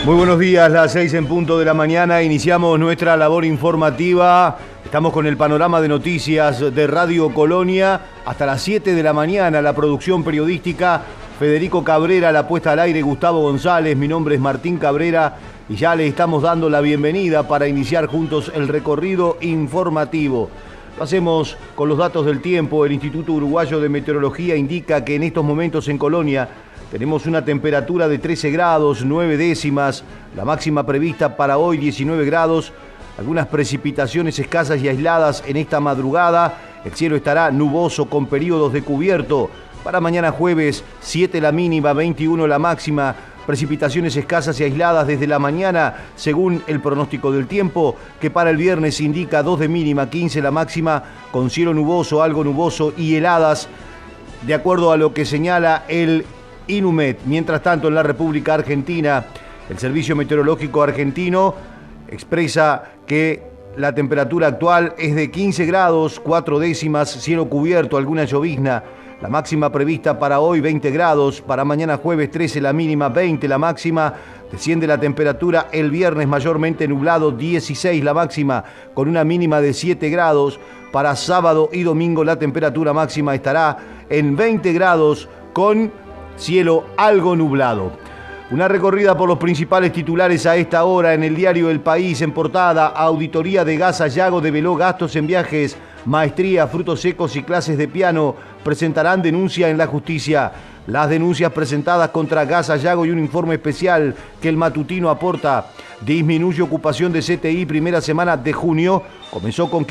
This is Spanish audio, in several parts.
Muy buenos días, las 6 en punto de la mañana, iniciamos nuestra labor informativa. Estamos con el panorama de noticias de Radio Colonia hasta las 7 de la mañana, la producción periodística Federico Cabrera, la puesta al aire Gustavo González, mi nombre es Martín Cabrera y ya le estamos dando la bienvenida para iniciar juntos el recorrido informativo. Lo hacemos con los datos del tiempo. El Instituto Uruguayo de Meteorología indica que en estos momentos en Colonia tenemos una temperatura de 13 grados, 9 décimas, la máxima prevista para hoy 19 grados, algunas precipitaciones escasas y aisladas en esta madrugada, el cielo estará nuboso con periodos de cubierto, para mañana jueves 7 la mínima, 21 la máxima, precipitaciones escasas y aisladas desde la mañana, según el pronóstico del tiempo, que para el viernes indica 2 de mínima, 15 la máxima, con cielo nuboso, algo nuboso y heladas, de acuerdo a lo que señala el Inumet. Mientras tanto, en la República Argentina, el Servicio Meteorológico Argentino expresa que la temperatura actual es de 15 grados, 4 décimas, cielo cubierto, alguna llovizna. La máxima prevista para hoy 20 grados, para mañana jueves 13 la mínima, 20 la máxima. Desciende la temperatura el viernes mayormente nublado, 16 la máxima, con una mínima de 7 grados. Para sábado y domingo la temperatura máxima estará en 20 grados con cielo algo nublado. Una recorrida por los principales titulares a esta hora en el diario El País. En portada, auditoría de Gas Sayago develó gastos en viajes, maestría, frutos secos y clases de piano. Presentarán denuncia en la justicia. Las denuncias presentadas contra Gas Sayago y un informe especial que el matutino aporta. Disminuye ocupación de CTI primera semana de junio. Comenzó con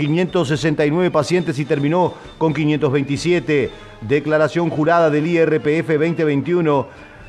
569 pacientes y terminó con 527. Declaración jurada del IRPF 2021.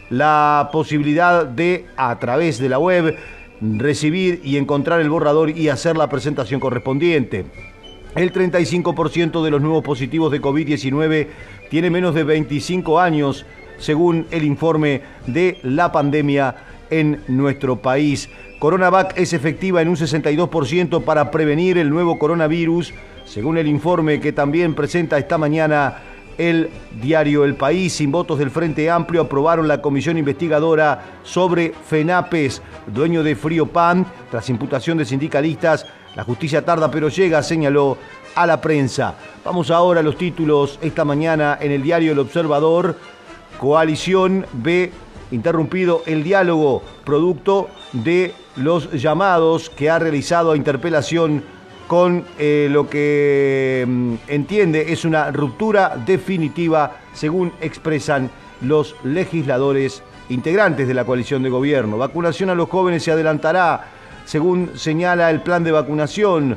La posibilidad de, a través de la web, recibir y encontrar el borrador y hacer la presentación correspondiente. El 35% de los nuevos positivos de COVID-19 tiene menos de 25 años, según el informe de la pandemia en nuestro país. CoronaVac es efectiva en un 62% para prevenir el nuevo coronavirus, según el informe que también presenta esta mañana el diario El País. Sin votos del Frente Amplio aprobaron la comisión investigadora sobre FENAPES, dueño de Friopan, tras imputación de sindicalistas. La justicia tarda pero llega, señaló a la prensa. Vamos ahora a los títulos esta mañana en el diario El Observador. Coalición ve interrumpido el diálogo, producto de los llamados que ha realizado a interpelación con lo que entiende es una ruptura definitiva, según expresan los legisladores integrantes de la coalición de gobierno. Vacunación a los jóvenes se adelantará, según señala el plan de vacunación.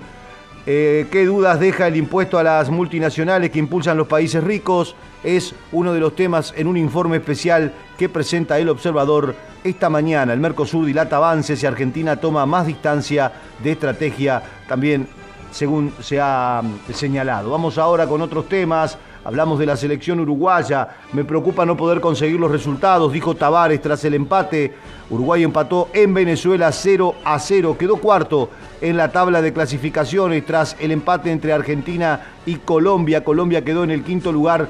¿Qué dudas deja el impuesto a las multinacionales que impulsan los países ricos? Es uno de los temas en un informe especial que presenta el Observador esta mañana. El Mercosur dilata avances y Argentina toma más distancia de estrategia, también según se ha señalado. Vamos ahora con otros temas. Hablamos de la selección uruguaya. Me preocupa no poder conseguir los resultados, dijo Tavares tras el empate. Uruguay empató en Venezuela 0-0. Quedó cuarto en la tabla de clasificaciones tras el empate entre Argentina y Colombia. Colombia quedó en el quinto lugar.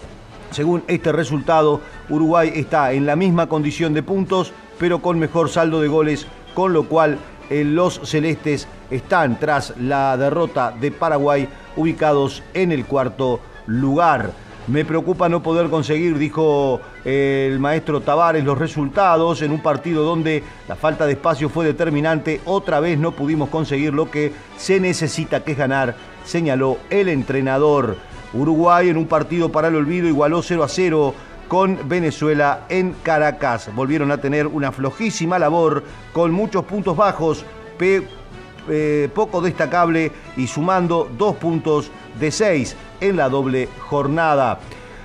Según este resultado, Uruguay está en la misma condición de puntos, pero con mejor saldo de goles, con lo cual los celestes están, tras la derrota de Paraguay, ubicados en el cuarto lugar. Me preocupa no poder conseguir, dijo el maestro Tavares, los resultados en un partido donde la falta de espacio fue determinante. Otra vez no pudimos conseguir lo que se necesita, que es ganar, señaló el entrenador. Uruguay en un partido para el olvido igualó 0-0 con Venezuela en Caracas. Volvieron a tener una flojísima labor con muchos puntos bajos, poco destacable y sumando 2 puntos de 6 en la doble jornada.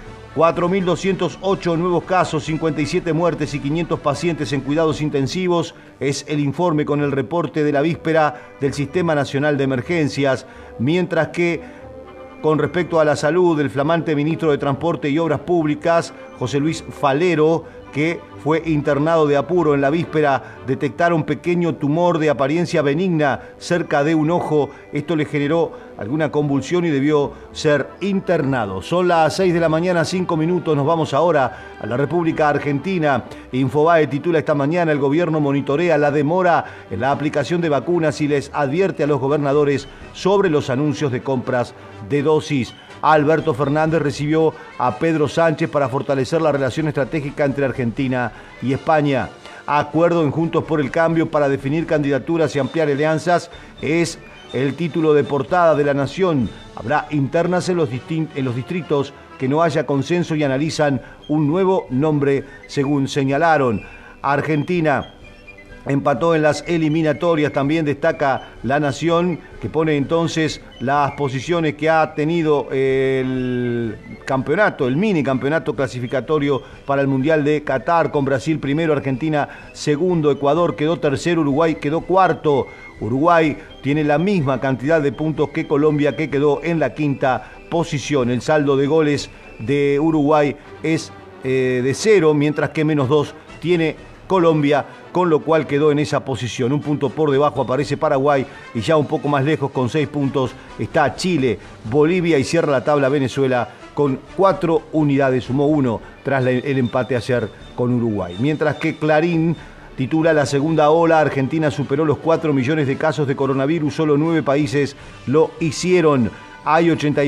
4.208 nuevos casos, 57 muertes y 500 pacientes en cuidados intensivos. Es el informe con el reporte de la víspera del Sistema Nacional de Emergencias, mientras que con respecto a la salud, el flamante ministro de Transporte y Obras Públicas, José Luis Falero, que fue internado de apuro. En la víspera detectaron pequeño tumor de apariencia benigna cerca de un ojo. Esto le generó alguna convulsión y debió ser internado. Son las 6 de la mañana, 5 minutos. Nos vamos ahora a la República Argentina. Infobae titula esta mañana: el gobierno monitorea la demora en la aplicación de vacunas y les advierte a los gobernadores sobre los anuncios de compras de dosis. Alberto Fernández recibió a Pedro Sánchez para fortalecer la relación estratégica entre Argentina y España. Acuerdo en Juntos por el Cambio para definir candidaturas y ampliar alianzas es el título de portada de La Nación. Habrá internas en los distritos que no haya consenso y analizan un nuevo nombre, según señalaron. Argentina empató en las eliminatorias, también destaca La Nación, que pone entonces las posiciones que ha tenido el campeonato, el mini campeonato clasificatorio para el Mundial de Qatar, con Brasil primero, Argentina segundo, Ecuador quedó tercero, Uruguay quedó cuarto. Uruguay tiene la misma cantidad de puntos que Colombia, que quedó en la quinta posición. El saldo de goles de Uruguay es de 0, mientras que -2 tiene Colombia, con lo cual quedó en esa posición. Un punto por debajo aparece Paraguay y ya un poco más lejos con 6 puntos está Chile, Bolivia, y cierra la tabla Venezuela con 4 unidades, sumó 1 tras el empate ayer con Uruguay. Mientras que Clarín titula: la segunda ola, Argentina superó los 4 millones de casos de coronavirus, solo 9 países lo hicieron. Hay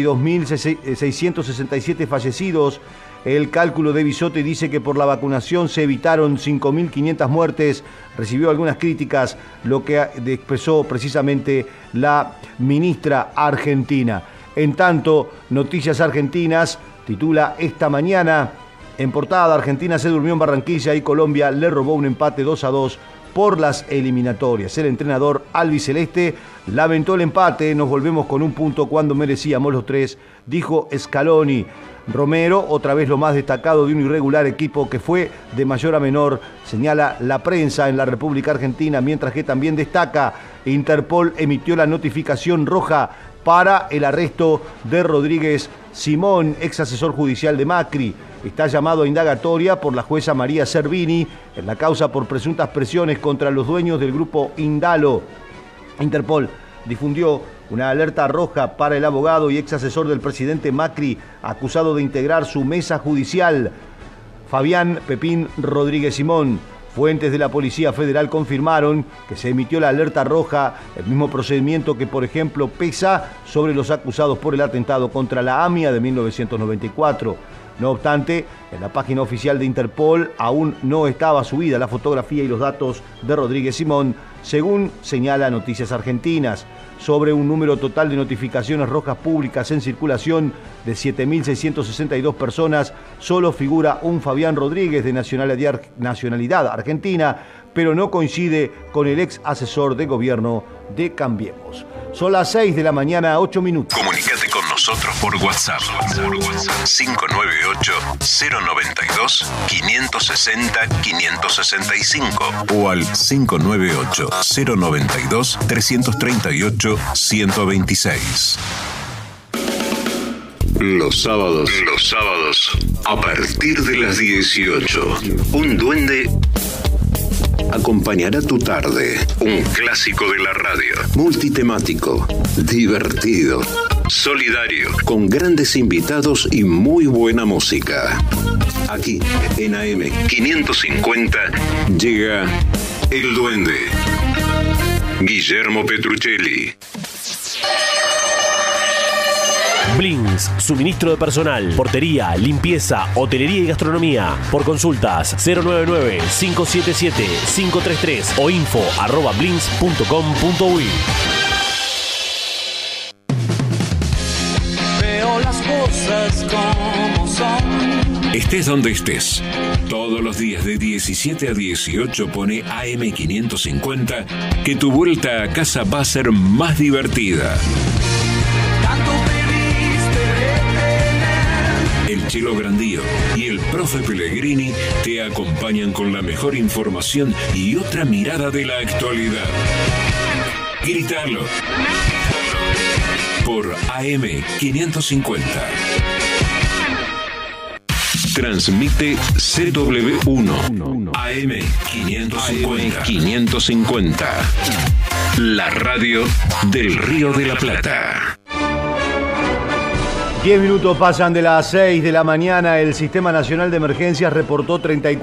82.667 fallecidos. El cálculo de Bisotti dice que por la vacunación se evitaron 5.500 muertes. Recibió algunas críticas, lo que expresó precisamente la ministra argentina. En tanto, Noticias Argentinas titula esta mañana en portada: Argentina se durmió en Barranquilla y Colombia le robó un empate 2-2 por las eliminatorias. El entrenador albiceleste lamentó el empate. Nos volvemos con un punto cuando merecíamos los 3, dijo Scaloni. Romero, otra vez lo más destacado de un irregular equipo que fue de mayor a menor, señala la prensa en la República Argentina, mientras que también destaca: Interpol emitió la notificación roja para el arresto de Rodríguez Simón, ex asesor judicial de Macri. Está llamado a indagatoria por la jueza María Servini en la causa por presuntas presiones contra los dueños del grupo Indalo. Interpol difundió una alerta roja para el abogado y ex asesor del presidente Macri, acusado de integrar su mesa judicial, Fabián Pepín Rodríguez Simón. Fuentes de la Policía Federal confirmaron que se emitió la alerta roja, el mismo procedimiento que, por ejemplo, pesa sobre los acusados por el atentado contra la AMIA de 1994. No obstante, en la página oficial de Interpol aún no estaba subida la fotografía y los datos de Rodríguez Simón, según señala Noticias Argentinas. Sobre un número total de notificaciones rojas públicas en circulación de 7.662 personas, solo figura un Fabián Rodríguez de nacionalidad argentina, pero no coincide con el ex asesor de gobierno de Cambiemos. Son las 6 de la mañana, 8 minutos. Comunicate con nosotros por WhatsApp. 598-092-560-565 o al 598-092-338-126. Los sábados, a partir de las 18, un duende acompañará tu tarde. Un clásico de la radio. Multitemático, divertido, solidario, con grandes invitados y muy buena música. Aquí, en AM 550, llega El Duende. Guillermo Petruccelli. Blins, suministro de personal, portería, limpieza, hotelería y gastronomía. Por consultas 099-577-533 o info@blins.com.uy. Veo las cosas como son. Estés donde estés. Todos los días de 17 a 18 pone AM 550 que tu vuelta a casa va a ser más divertida. El Chelo Grandío y el Profe Pellegrini te acompañan con la mejor información y otra mirada de la actualidad. Gritalo por AM 550. Transmite CW1 AM 550. La radio del Río de la Plata. 10 minutos pasan de las 6 de la mañana. El Sistema Nacional de Emergencias reportó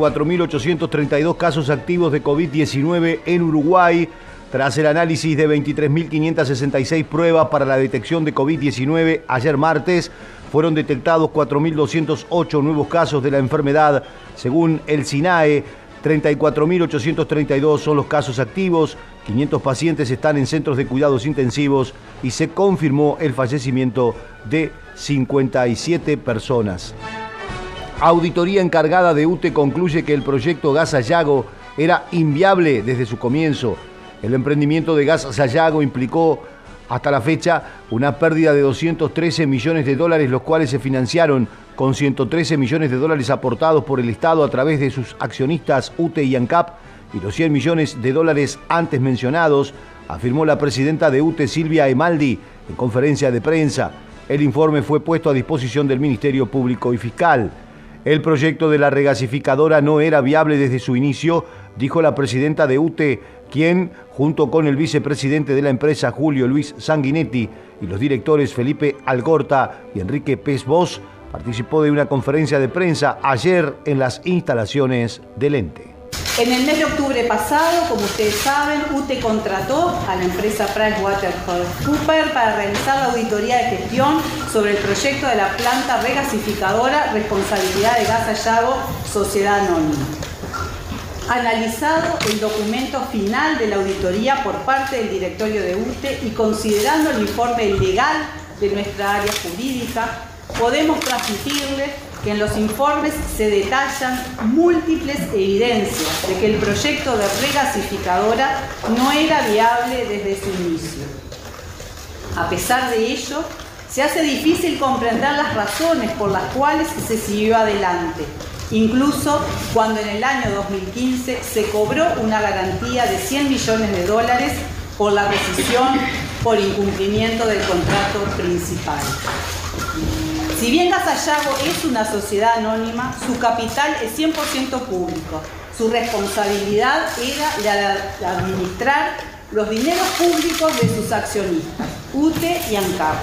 34.832 casos activos de COVID-19 en Uruguay. Tras el análisis de 23.566 pruebas para la detección de COVID-19 ayer martes, fueron detectados 4.208 nuevos casos de la enfermedad. Según el SINAE, 34.832 son los casos activos, 500 pacientes están en centros de cuidados intensivos y se confirmó el fallecimiento de 57 personas. Auditoría encargada de UTE concluye que el proyecto Gas Sayago era inviable desde su comienzo. El emprendimiento de Gas Sayago implicó hasta la fecha una pérdida de 213 millones de dólares, los cuales se financiaron con 113 millones de dólares aportados por el Estado a través de sus accionistas UTE y ANCAP y los 100 millones de dólares antes mencionados, afirmó la presidenta de UTE, Silvia Emaldi, en conferencia de prensa. El informe fue puesto a disposición del Ministerio Público y Fiscal. El proyecto de la regasificadora no era viable desde su inicio, dijo la presidenta de UTE, quien, junto con el vicepresidente de la empresa, Julio Luis Sanguinetti, y los directores Felipe Algorta y Enrique Pez Bosch, participó de una conferencia de prensa ayer en las instalaciones del ente. En el mes de octubre pasado, como ustedes saben, UTE contrató a la empresa PricewaterhouseCoopers para realizar la auditoría de gestión sobre el proyecto de la planta regasificadora Responsabilidad de Gas Sayago, Sociedad Anónima. Analizado el documento final de la auditoría por parte del directorio de UTE y considerando el informe legal de nuestra área jurídica, podemos transmitirles que en los informes se detallan múltiples evidencias de que el proyecto de regasificadora no era viable desde su inicio. A pesar de ello, se hace difícil comprender las razones por las cuales se siguió adelante, incluso cuando en el año 2015 se cobró una garantía de 100 millones de dólares por la rescisión por incumplimiento del contrato principal. Si bien Gas Sayago es una sociedad anónima, su capital es 100% público. Su responsabilidad era la de administrar los dineros públicos de sus accionistas, UTE y ANCAP.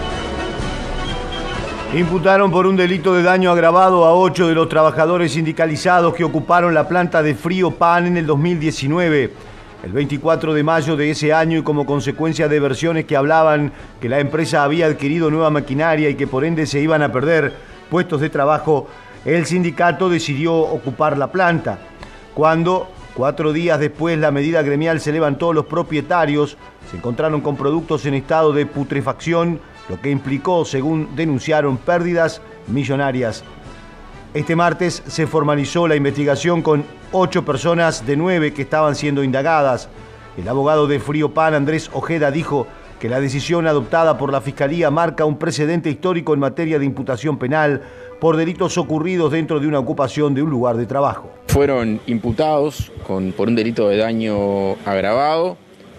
Imputaron por un delito de daño agravado a 8 de los trabajadores sindicalizados que ocuparon la planta de Frío-Pan en el 2019. El 24 de mayo de ese año, y como consecuencia de versiones que hablaban que la empresa había adquirido nueva maquinaria y que por ende se iban a perder puestos de trabajo, el sindicato decidió ocupar la planta. Cuando, 4 días después, la medida gremial se levantó, los propietarios se encontraron con productos en estado de putrefacción, lo que implicó, según denunciaron, pérdidas millonarias. Este martes se formalizó la investigación con 8 personas de 9 que estaban siendo indagadas. El abogado de Frío-Pan, Andrés Ojeda, dijo que la decisión adoptada por la Fiscalía marca un precedente histórico en materia de imputación penal por delitos ocurridos dentro de una ocupación de un lugar de trabajo. Fueron imputados por un delito de daño agravado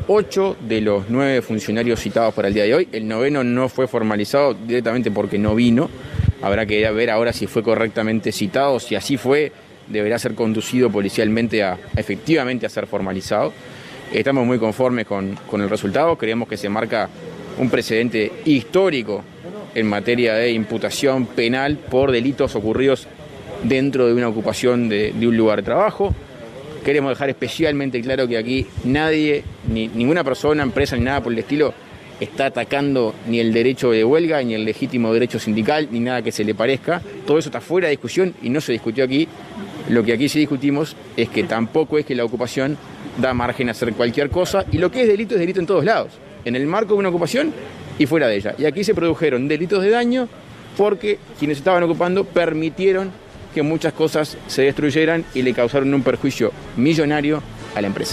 8 de los 9 funcionarios citados para el día de hoy. El 9º no fue formalizado directamente porque no vino. Habrá que ver ahora si fue correctamente citado. Si así fue, deberá ser conducido policialmente efectivamente a ser formalizado. Estamos muy conformes con el resultado. Creemos que se marca un precedente histórico en materia de imputación penal por delitos ocurridos dentro de una ocupación de un lugar de trabajo. Queremos dejar especialmente claro que aquí nadie, ninguna persona, empresa ni nada por el estilo, está atacando ni el derecho de huelga, ni el legítimo derecho sindical, ni nada que se le parezca. Todo eso está fuera de discusión y no se discutió aquí. Lo que aquí sí discutimos es que tampoco es que la ocupación da margen a hacer cualquier cosa, y lo que es delito en todos lados, en el marco de una ocupación y fuera de ella. Y aquí se produjeron delitos de daño porque quienes estaban ocupando permitieron que muchas cosas se destruyeran y le causaron un perjuicio millonario a la empresa.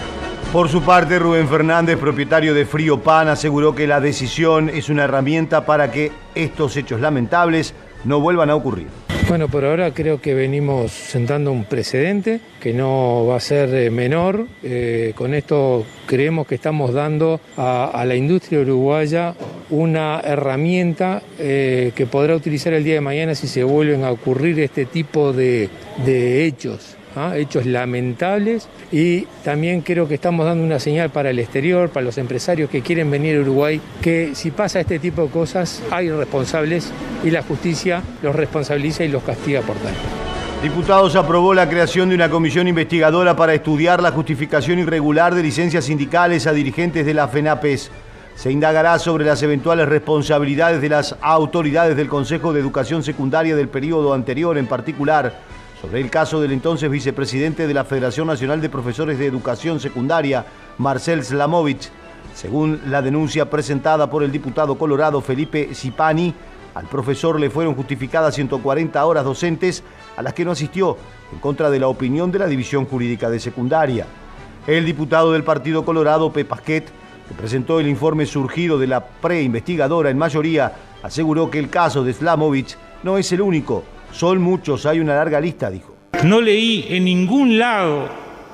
Por su parte, Rubén Fernández, propietario de Frío-Pan, aseguró que la decisión es una herramienta para que estos hechos lamentables no vuelvan a ocurrir. Bueno, por ahora creo que venimos sentando un precedente que no va a ser menor. Con esto creemos que estamos dando a la industria uruguaya una herramienta que podrá utilizar el día de mañana si se vuelven a ocurrir este tipo de hechos. Hechos lamentables, y también creo que estamos dando una señal para el exterior, para los empresarios que quieren venir a Uruguay, que si pasa este tipo de cosas hay responsables y la justicia los responsabiliza y los castiga por tal. Diputados aprobó la creación de una comisión investigadora para estudiar la justificación irregular de licencias sindicales a dirigentes de la FENAPES. Se indagará sobre las eventuales responsabilidades de las autoridades del Consejo de Educación Secundaria del periodo anterior, en particular sobre el caso del entonces vicepresidente de la Federación Nacional de Profesores de Educación Secundaria, Marcel Slamovich. Según la denuncia presentada por el diputado colorado Felipe Zipani, al profesor le fueron justificadas 140 horas docentes a las que no asistió, en contra de la opinión de la División Jurídica de Secundaria. El diputado del Partido Colorado, Pep Pasquet, que presentó el informe surgido de la preinvestigadora en mayoría, aseguró que el caso de Slamovich no es el único. Son muchos, hay una larga lista, dijo. No leí en ningún lado,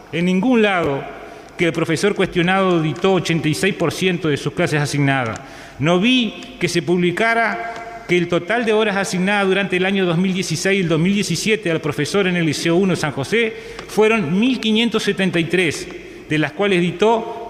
que el profesor cuestionado dictó 86% de sus clases asignadas. No vi que se publicara que el total de horas asignadas durante el año 2016 y el 2017 al profesor en el Liceo 1 de San José fueron 1.573, de las cuales dictó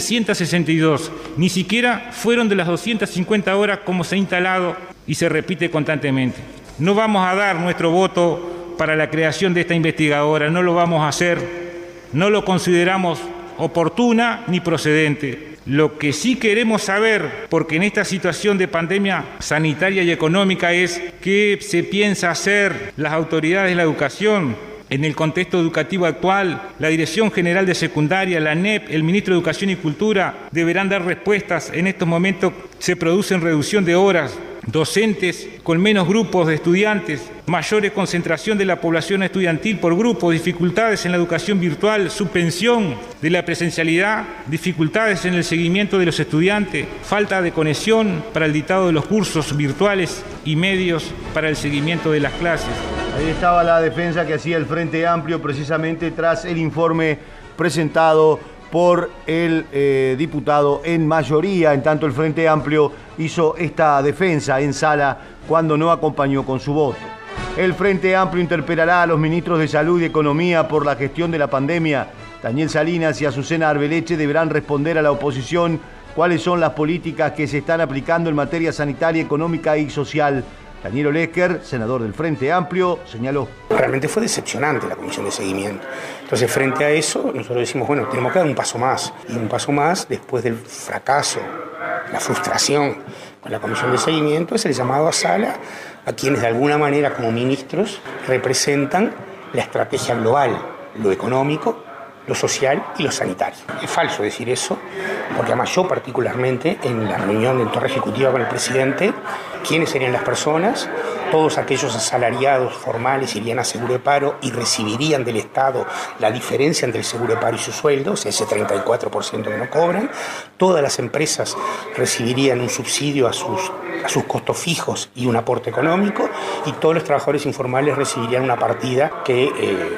1.362. Ni siquiera fueron de las 250 horas como se ha instalado y se repite constantemente. No vamos a dar nuestro voto para la creación de esta investigadora, no lo vamos a hacer, no lo consideramos oportuna ni procedente. Lo que sí queremos saber, porque en esta situación de pandemia sanitaria y económica, es qué se piensa hacer las autoridades de la educación en el contexto educativo actual. La Dirección General de Secundaria, la ANEP, el Ministro de Educación y Cultura deberán dar respuestas. En estos momentos se produce reducción de horas docentes con menos grupos de estudiantes, mayor concentración de la población estudiantil por grupos, dificultades en la educación virtual, suspensión de la presencialidad, dificultades en el seguimiento de los estudiantes, falta de conexión para el dictado de los cursos virtuales y medios para el seguimiento de las clases. Ahí estaba la defensa que hacía el Frente Amplio precisamente tras el informe presentado por el diputado en mayoría. En tanto, el Frente Amplio hizo esta defensa en sala cuando no acompañó con su voto. El Frente Amplio interpelará a los ministros de Salud y Economía por la gestión de la pandemia. Daniel Salinas y Azucena Arbeleche deberán responder a la oposición cuáles son las políticas que se están aplicando en materia sanitaria, económica y social. Daniel Olesker, senador del Frente Amplio, señaló: realmente fue decepcionante la comisión de seguimiento. Entonces, frente a eso, nosotros decimos, bueno, tenemos que dar un paso más. Y un paso más, después del fracaso, la frustración con la comisión de seguimiento, es el llamado a sala a quienes de alguna manera, como ministros, representan la estrategia global, lo económico, lo social y lo sanitario. Es falso decir eso, porque además yo particularmente, en la reunión de Torre Ejecutiva con el presidente, ¿quiénes serían las personas? Todos aquellos asalariados formales irían a seguro de paro y recibirían del Estado la diferencia entre el seguro de paro y su sueldo, o sea, ese 34% que no cobran. Todas las empresas recibirían un subsidio a sus costos fijos y un aporte económico, y todos los trabajadores informales recibirían una partida que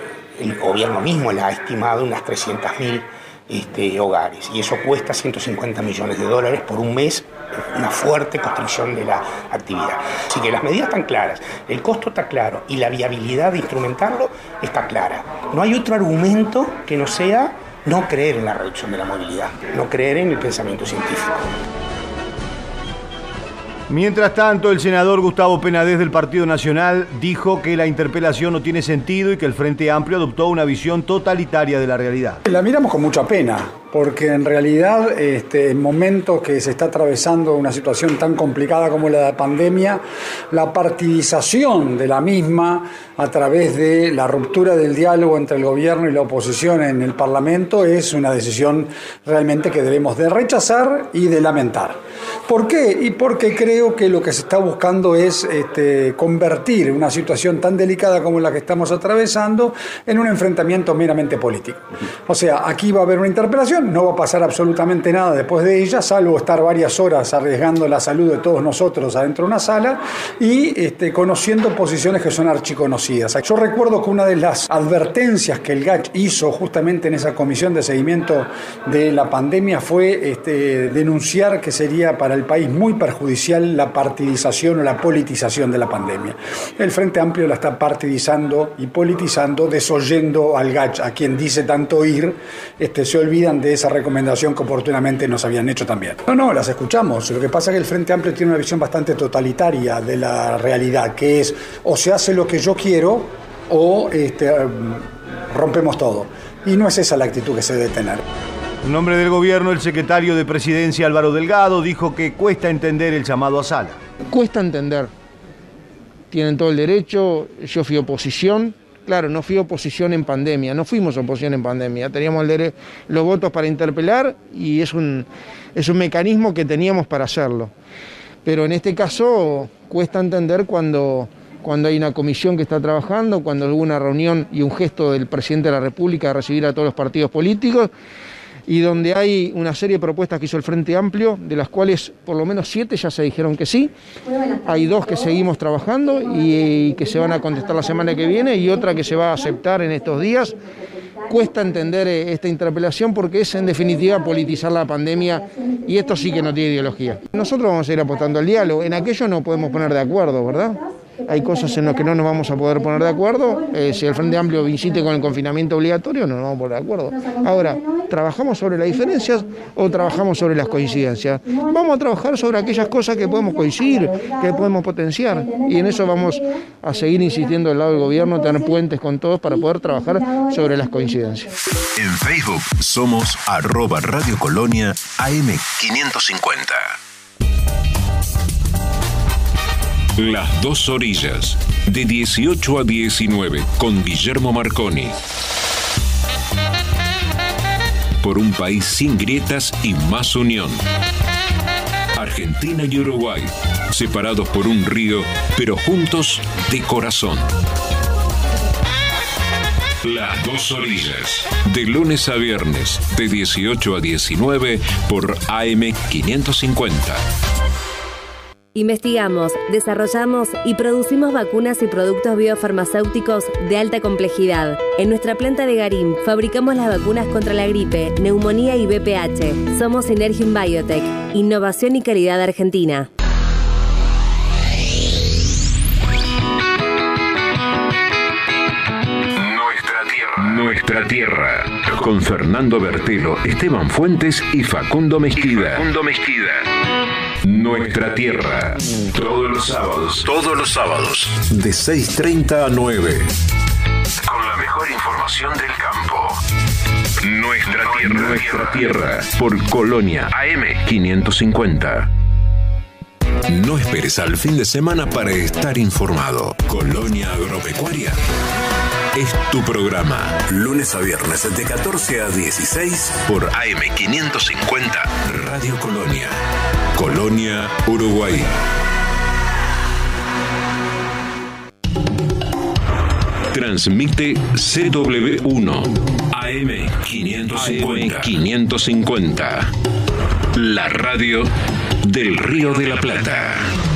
el gobierno mismo la ha estimado en unas 300.000 hogares, y eso cuesta $150 millones por un mes, una fuerte constricción de la actividad. Así que las medidas están claras, el costo está claro y la viabilidad de instrumentarlo está clara. No hay otro argumento que no sea no creer en la reducción de la movilidad, no creer en el pensamiento científico. Mientras tanto, el senador Gustavo Penades del Partido Nacional dijo que la interpelación no tiene sentido y que el Frente Amplio adoptó una visión totalitaria de la realidad. La miramos con mucha pena, porque en realidad en momentos que se está atravesando una situación tan complicada como la de la pandemia, la partidización de la misma a través de la ruptura del diálogo entre el gobierno y la oposición en el Parlamento es una decisión realmente que debemos de rechazar y de lamentar. ¿Por qué? Y porque creo que lo que se está buscando es convertir una situación tan delicada como la que estamos atravesando en un enfrentamiento meramente político. O sea, aquí va a haber una interpelación reunión, no va a pasar absolutamente nada después de ella, salvo estar varias horas arriesgando la salud de todos nosotros adentro de una sala y conociendo posiciones que son archiconocidas. Yo recuerdo que una de las advertencias que el GACH hizo justamente en esa comisión de seguimiento de la pandemia fue denunciar que sería para el país muy perjudicial la partidización o la politización de la pandemia. El Frente Amplio la está partidizando y politizando, desoyendo al GACH, a quien dice tanto oír, se olvidan de esa recomendación que oportunamente nos habían hecho también. No, las escuchamos. Lo que pasa es que el Frente Amplio tiene una visión bastante totalitaria de la realidad, que es o se hace lo que yo quiero o rompemos todo. Y no es esa la actitud que se debe tener. En nombre del gobierno, el secretario de Presidencia, Álvaro Delgado, dijo que cuesta entender el llamado a sala. Cuesta entender. Tienen todo el derecho. Yo fui oposición. Claro, no fui oposición en pandemia, no fuimos oposición en pandemia. Teníamos los votos para interpelar y es un mecanismo que teníamos para hacerlo. Pero en este caso cuesta entender cuando hay una comisión que está trabajando, cuando hubo una reunión y un gesto del presidente de la República de recibir a todos los partidos políticos, y donde hay una serie de propuestas que hizo el Frente Amplio, de las cuales por lo menos 7 ya se dijeron que sí. Hay 2 que seguimos trabajando y que se van a contestar la semana que viene, y otra que se va a aceptar en estos días. Cuesta entender esta interpelación porque es en definitiva politizar la pandemia, y esto sí que no tiene ideología. Nosotros vamos a ir apostando al diálogo, en aquello no podemos poner de acuerdo, ¿verdad? Hay cosas en las que no nos vamos a poder poner de acuerdo. Si el Frente Amplio insiste con el confinamiento obligatorio, no nos vamos a poner de acuerdo. Ahora, ¿trabajamos sobre las diferencias o trabajamos sobre las coincidencias? Vamos a trabajar sobre aquellas cosas que podemos coincidir, que podemos potenciar, y en eso vamos a seguir insistiendo del lado del gobierno, tener puentes con todos para poder trabajar sobre las coincidencias. En Facebook somos @Radio Colonia AM550. Las dos orillas, de 18 a 19, con Guillermo Marconi. Por un país sin grietas y más unión. Argentina y Uruguay, separados por un río, pero juntos de corazón. Las dos orillas, de lunes a viernes, de 18 a 19, por AM550. Investigamos, desarrollamos y producimos vacunas y productos biofarmacéuticos de alta complejidad. En nuestra planta de Garín fabricamos las vacunas contra la gripe, neumonía y VPH. Somos Synergium Biotech, innovación y calidad argentina. Nuestra tierra, con Fernando Bertelo, Esteban Fuentes y Facundo Mezquida. Nuestra tierra, todos los sábados, de 6:30 a 9. Con la mejor información del campo. Nuestra tierra, por Colonia AM550. No esperes al fin de semana para estar informado. Colonia Agropecuaria es tu programa. Lunes a viernes de 14 a 16 por AM550 Radio Colonia. Colonia, Uruguay. Transmite CW1 AM550. La radio del Río de la Plata.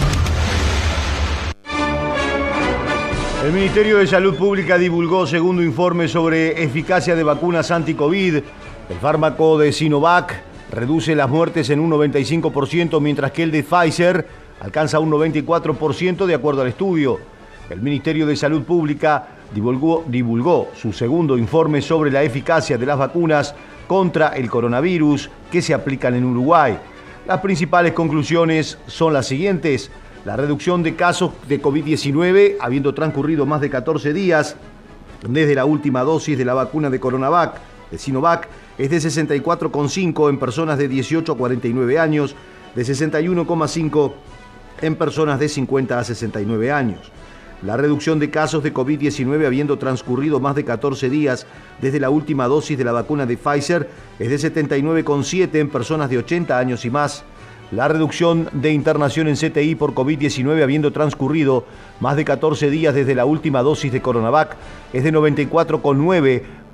El Ministerio de Salud Pública divulgó segundo informe sobre eficacia de vacunas anti-COVID. El fármaco de Sinovac reduce las muertes en un 95%, mientras que el de Pfizer alcanza un 94% de acuerdo al estudio. El Ministerio de Salud Pública divulgó su segundo informe sobre la eficacia de las vacunas contra el coronavirus que se aplican en Uruguay. Las principales conclusiones son las siguientes. La reducción de casos de COVID-19, habiendo transcurrido más de 14 días desde la última dosis de la vacuna de Coronavac, de Sinovac, es de 64,5 en personas de 18 a 49 años, de 61,5 en personas de 50 a 69 años. La reducción de casos de COVID-19, habiendo transcurrido más de 14 días desde la última dosis de la vacuna de Pfizer, es de 79,7 en personas de 80 años y más. La reducción de internación en CTI por COVID-19, habiendo transcurrido más de 14 días desde la última dosis de Coronavac, es de 94,9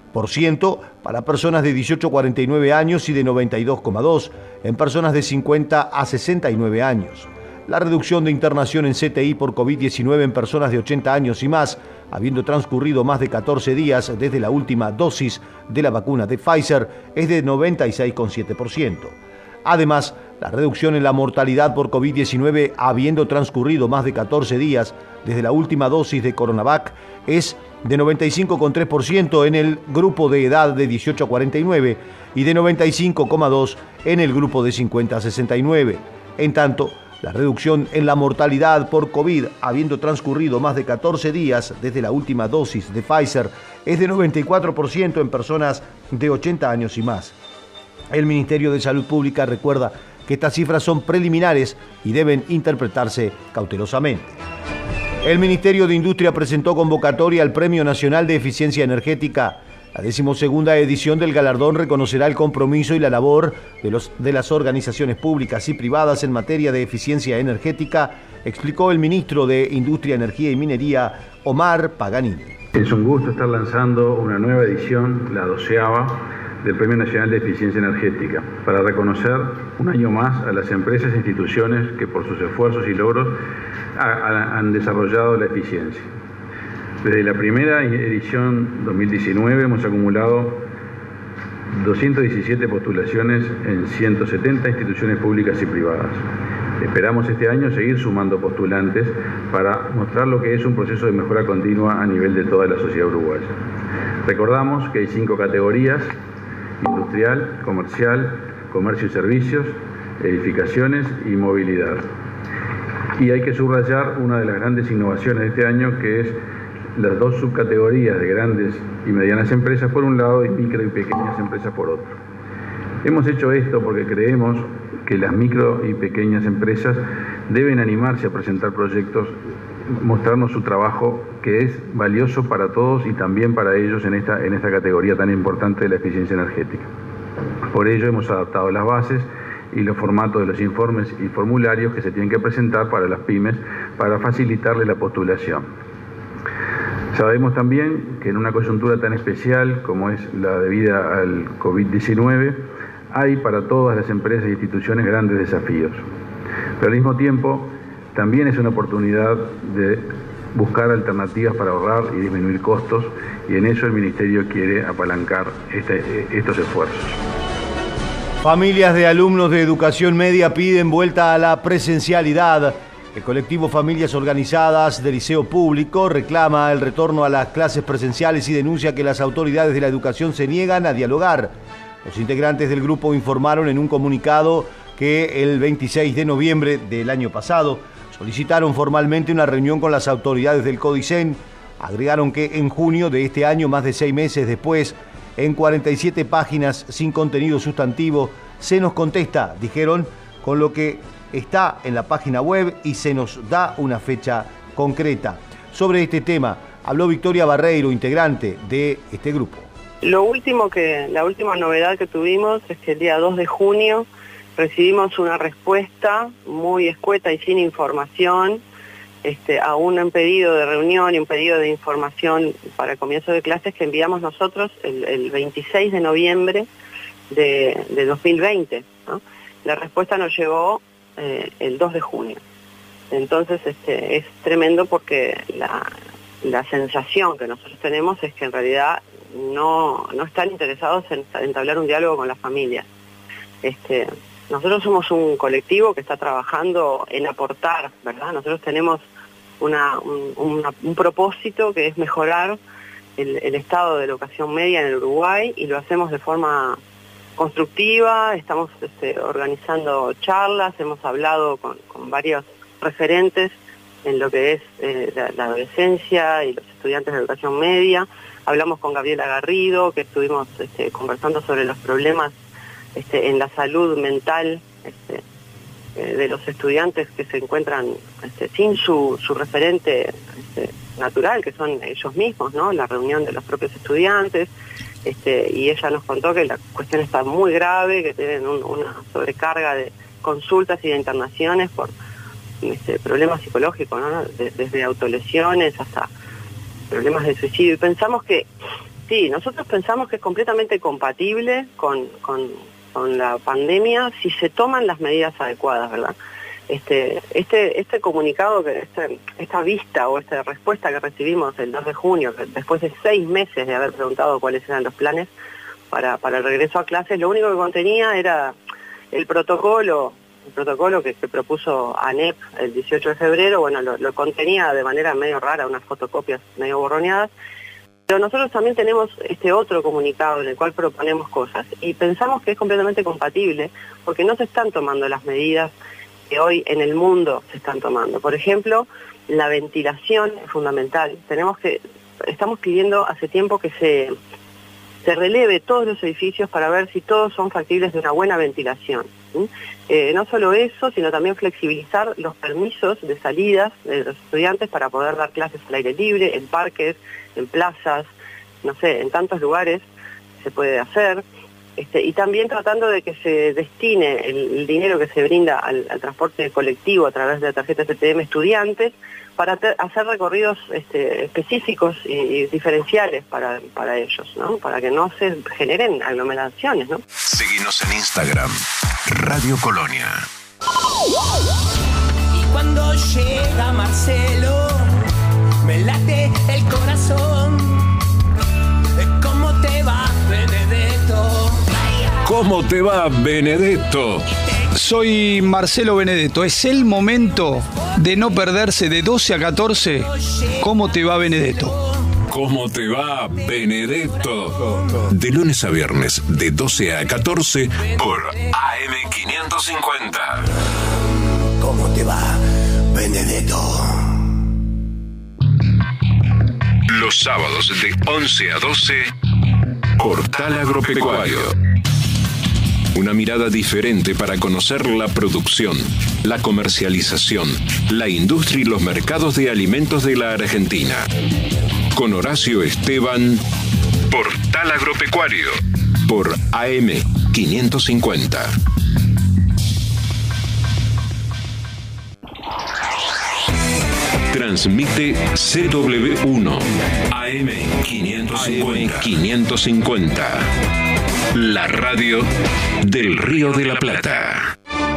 para personas de 18 a 49 años y de 92,2% en personas de 50 a 69 años. La reducción de internación en CTI por COVID-19 en personas de 80 años y más, habiendo transcurrido más de 14 días desde la última dosis de la vacuna de Pfizer, es de 96,7%. Además, la reducción en la mortalidad por COVID-19, habiendo transcurrido más de 14 días desde la última dosis de Coronavac, es de 95,3% en el grupo de edad de 18 a 49 y de 95,2% en el grupo de 50 a 69. En tanto, la reducción en la mortalidad por COVID, habiendo transcurrido más de 14 días desde la última dosis de Pfizer, es de 94% en personas de 80 años y más. El Ministerio de Salud Pública recuerda que estas cifras son preliminares y deben interpretarse cautelosamente. El Ministerio de Industria presentó convocatoria al Premio Nacional de Eficiencia Energética. La 12ª edición del galardón reconocerá el compromiso y la labor de las organizaciones públicas y privadas en materia de eficiencia energética, explicó el ministro de Industria, Energía y Minería, Omar Paganini. Es un gusto estar lanzando una nueva edición, la 12ª, del Premio Nacional de Eficiencia Energética, para reconocer un año más a las empresas e instituciones que por sus esfuerzos y logros han desarrollado la eficiencia. Desde la primera edición 2019 hemos acumulado 217 postulaciones en 170 instituciones públicas y privadas. Esperamos este año seguir sumando postulantes para mostrar lo que es un proceso de mejora continua a nivel de toda la sociedad uruguaya. Recordamos que hay 5 categorías: industrial, comercial, comercio y servicios, edificaciones y movilidad. Y hay que subrayar una de las grandes innovaciones de este año, que es las 2 subcategorías de grandes y medianas empresas por un lado y micro y pequeñas empresas por otro. Hemos hecho esto porque creemos que las micro y pequeñas empresas deben animarse a presentar proyectos, mostrarnos su trabajo, que es valioso para todos y también para ellos en esta categoría tan importante de la eficiencia energética. Por ello hemos adaptado las bases y los formatos de los informes y formularios que se tienen que presentar para las pymes para facilitarle la postulación. Sabemos también que en una coyuntura tan especial como es la debida al COVID-19, hay para todas las empresas e instituciones grandes desafíos. Pero al mismo tiempo, también es una oportunidad de buscar alternativas para ahorrar y disminuir costos, y en eso el Ministerio quiere apalancar estos esfuerzos. Familias de alumnos de educación media piden vuelta a la presencialidad. El colectivo Familias Organizadas del Liceo Público reclama el retorno a las clases presenciales y denuncia que las autoridades de la educación se niegan a dialogar. Los integrantes del grupo informaron en un comunicado que el 26 de noviembre del año pasado solicitaron formalmente una reunión con las autoridades del CODICEN. Agregaron que en junio de este año, más de 6 meses después, en 47 páginas sin contenido sustantivo, se nos contesta, dijeron, con lo que está en la página web y se nos da una fecha concreta. Sobre este tema habló Victoria Barreiro, integrante de este grupo. La última novedad que tuvimos es que el día 2 de junio recibimos una respuesta muy escueta y sin información a un pedido de reunión y un pedido de información para el comienzo de clases que enviamos nosotros el 26 de noviembre de 2020, ¿no? La respuesta nos llegó el 2 de junio. Entonces es tremendo porque la sensación que nosotros tenemos es que en realidad no están interesados en entablar un diálogo con las familias. Nosotros somos un colectivo que está trabajando en aportar, ¿verdad? Nosotros tenemos un propósito que es mejorar el estado de la educación media en el Uruguay, y lo hacemos de forma constructiva. Estamos organizando charlas, hemos hablado con varios referentes en lo que es la adolescencia y los estudiantes de educación media. Hablamos con Gabriela Garrido, que estuvimos conversando sobre los problemas en la salud mental de los estudiantes que se encuentran sin su referente natural, que son ellos mismos, ¿no? La reunión de los propios estudiantes. Y ella nos contó que la cuestión está muy grave, que tienen una sobrecarga de consultas y de internaciones por problemas psicológicos, ¿no? Desde autolesiones hasta problemas de suicidio. Y pensamos que Sí, nosotros pensamos que es completamente compatible con la pandemia si se toman las medidas adecuadas, ¿verdad? Este comunicado, esta vista o esta respuesta que recibimos el 2 de junio, después de 6 meses de haber preguntado cuáles eran los planes para el regreso a clases, lo único que contenía era el protocolo que propuso ANEP el 18 de febrero, bueno, lo contenía de manera medio rara, unas fotocopias medio borroneadas, pero nosotros también tenemos este otro comunicado en el cual proponemos cosas y pensamos que es completamente compatible porque no se están tomando las medidas que hoy en el mundo se están tomando. Por ejemplo, la ventilación es fundamental. Estamos pidiendo hace tiempo que se releve todos los edificios para ver si todos son factibles de una buena ventilación. No solo eso, sino también flexibilizar los permisos de salidas de los estudiantes para poder dar clases al aire libre, en parques, en plazas, no sé, en tantos lugares se puede hacer. Y también tratando de que se destine el dinero que se brinda al transporte colectivo a través de la tarjeta STM estudiantes para hacer recorridos específicos y diferenciales para ellos, ¿no? Para que no se generen aglomeraciones, ¿no? Seguinos en Instagram, Radio Colonia. Y cuando llega Marcelo, me late el corazón. ¿Cómo te va, Benedetto? ¿Cómo te va, Benedetto? Soy Marcelo Benedetto. Es el momento de no perderse de 12 a 14. ¿Cómo te va, Benedetto? ¿Cómo te va, Benedetto? De lunes a viernes, de 12 a 14, por AM550. ¿Cómo te va, Benedetto? Los sábados de 11 a 12, Portal Agropecuario. Una mirada diferente para conocer la producción, la comercialización, la industria y los mercados de alimentos de la Argentina. Con Horacio Esteban, Portal Agropecuario, por AM550. Transmite CW1 AM550. La radio del Río de la Plata.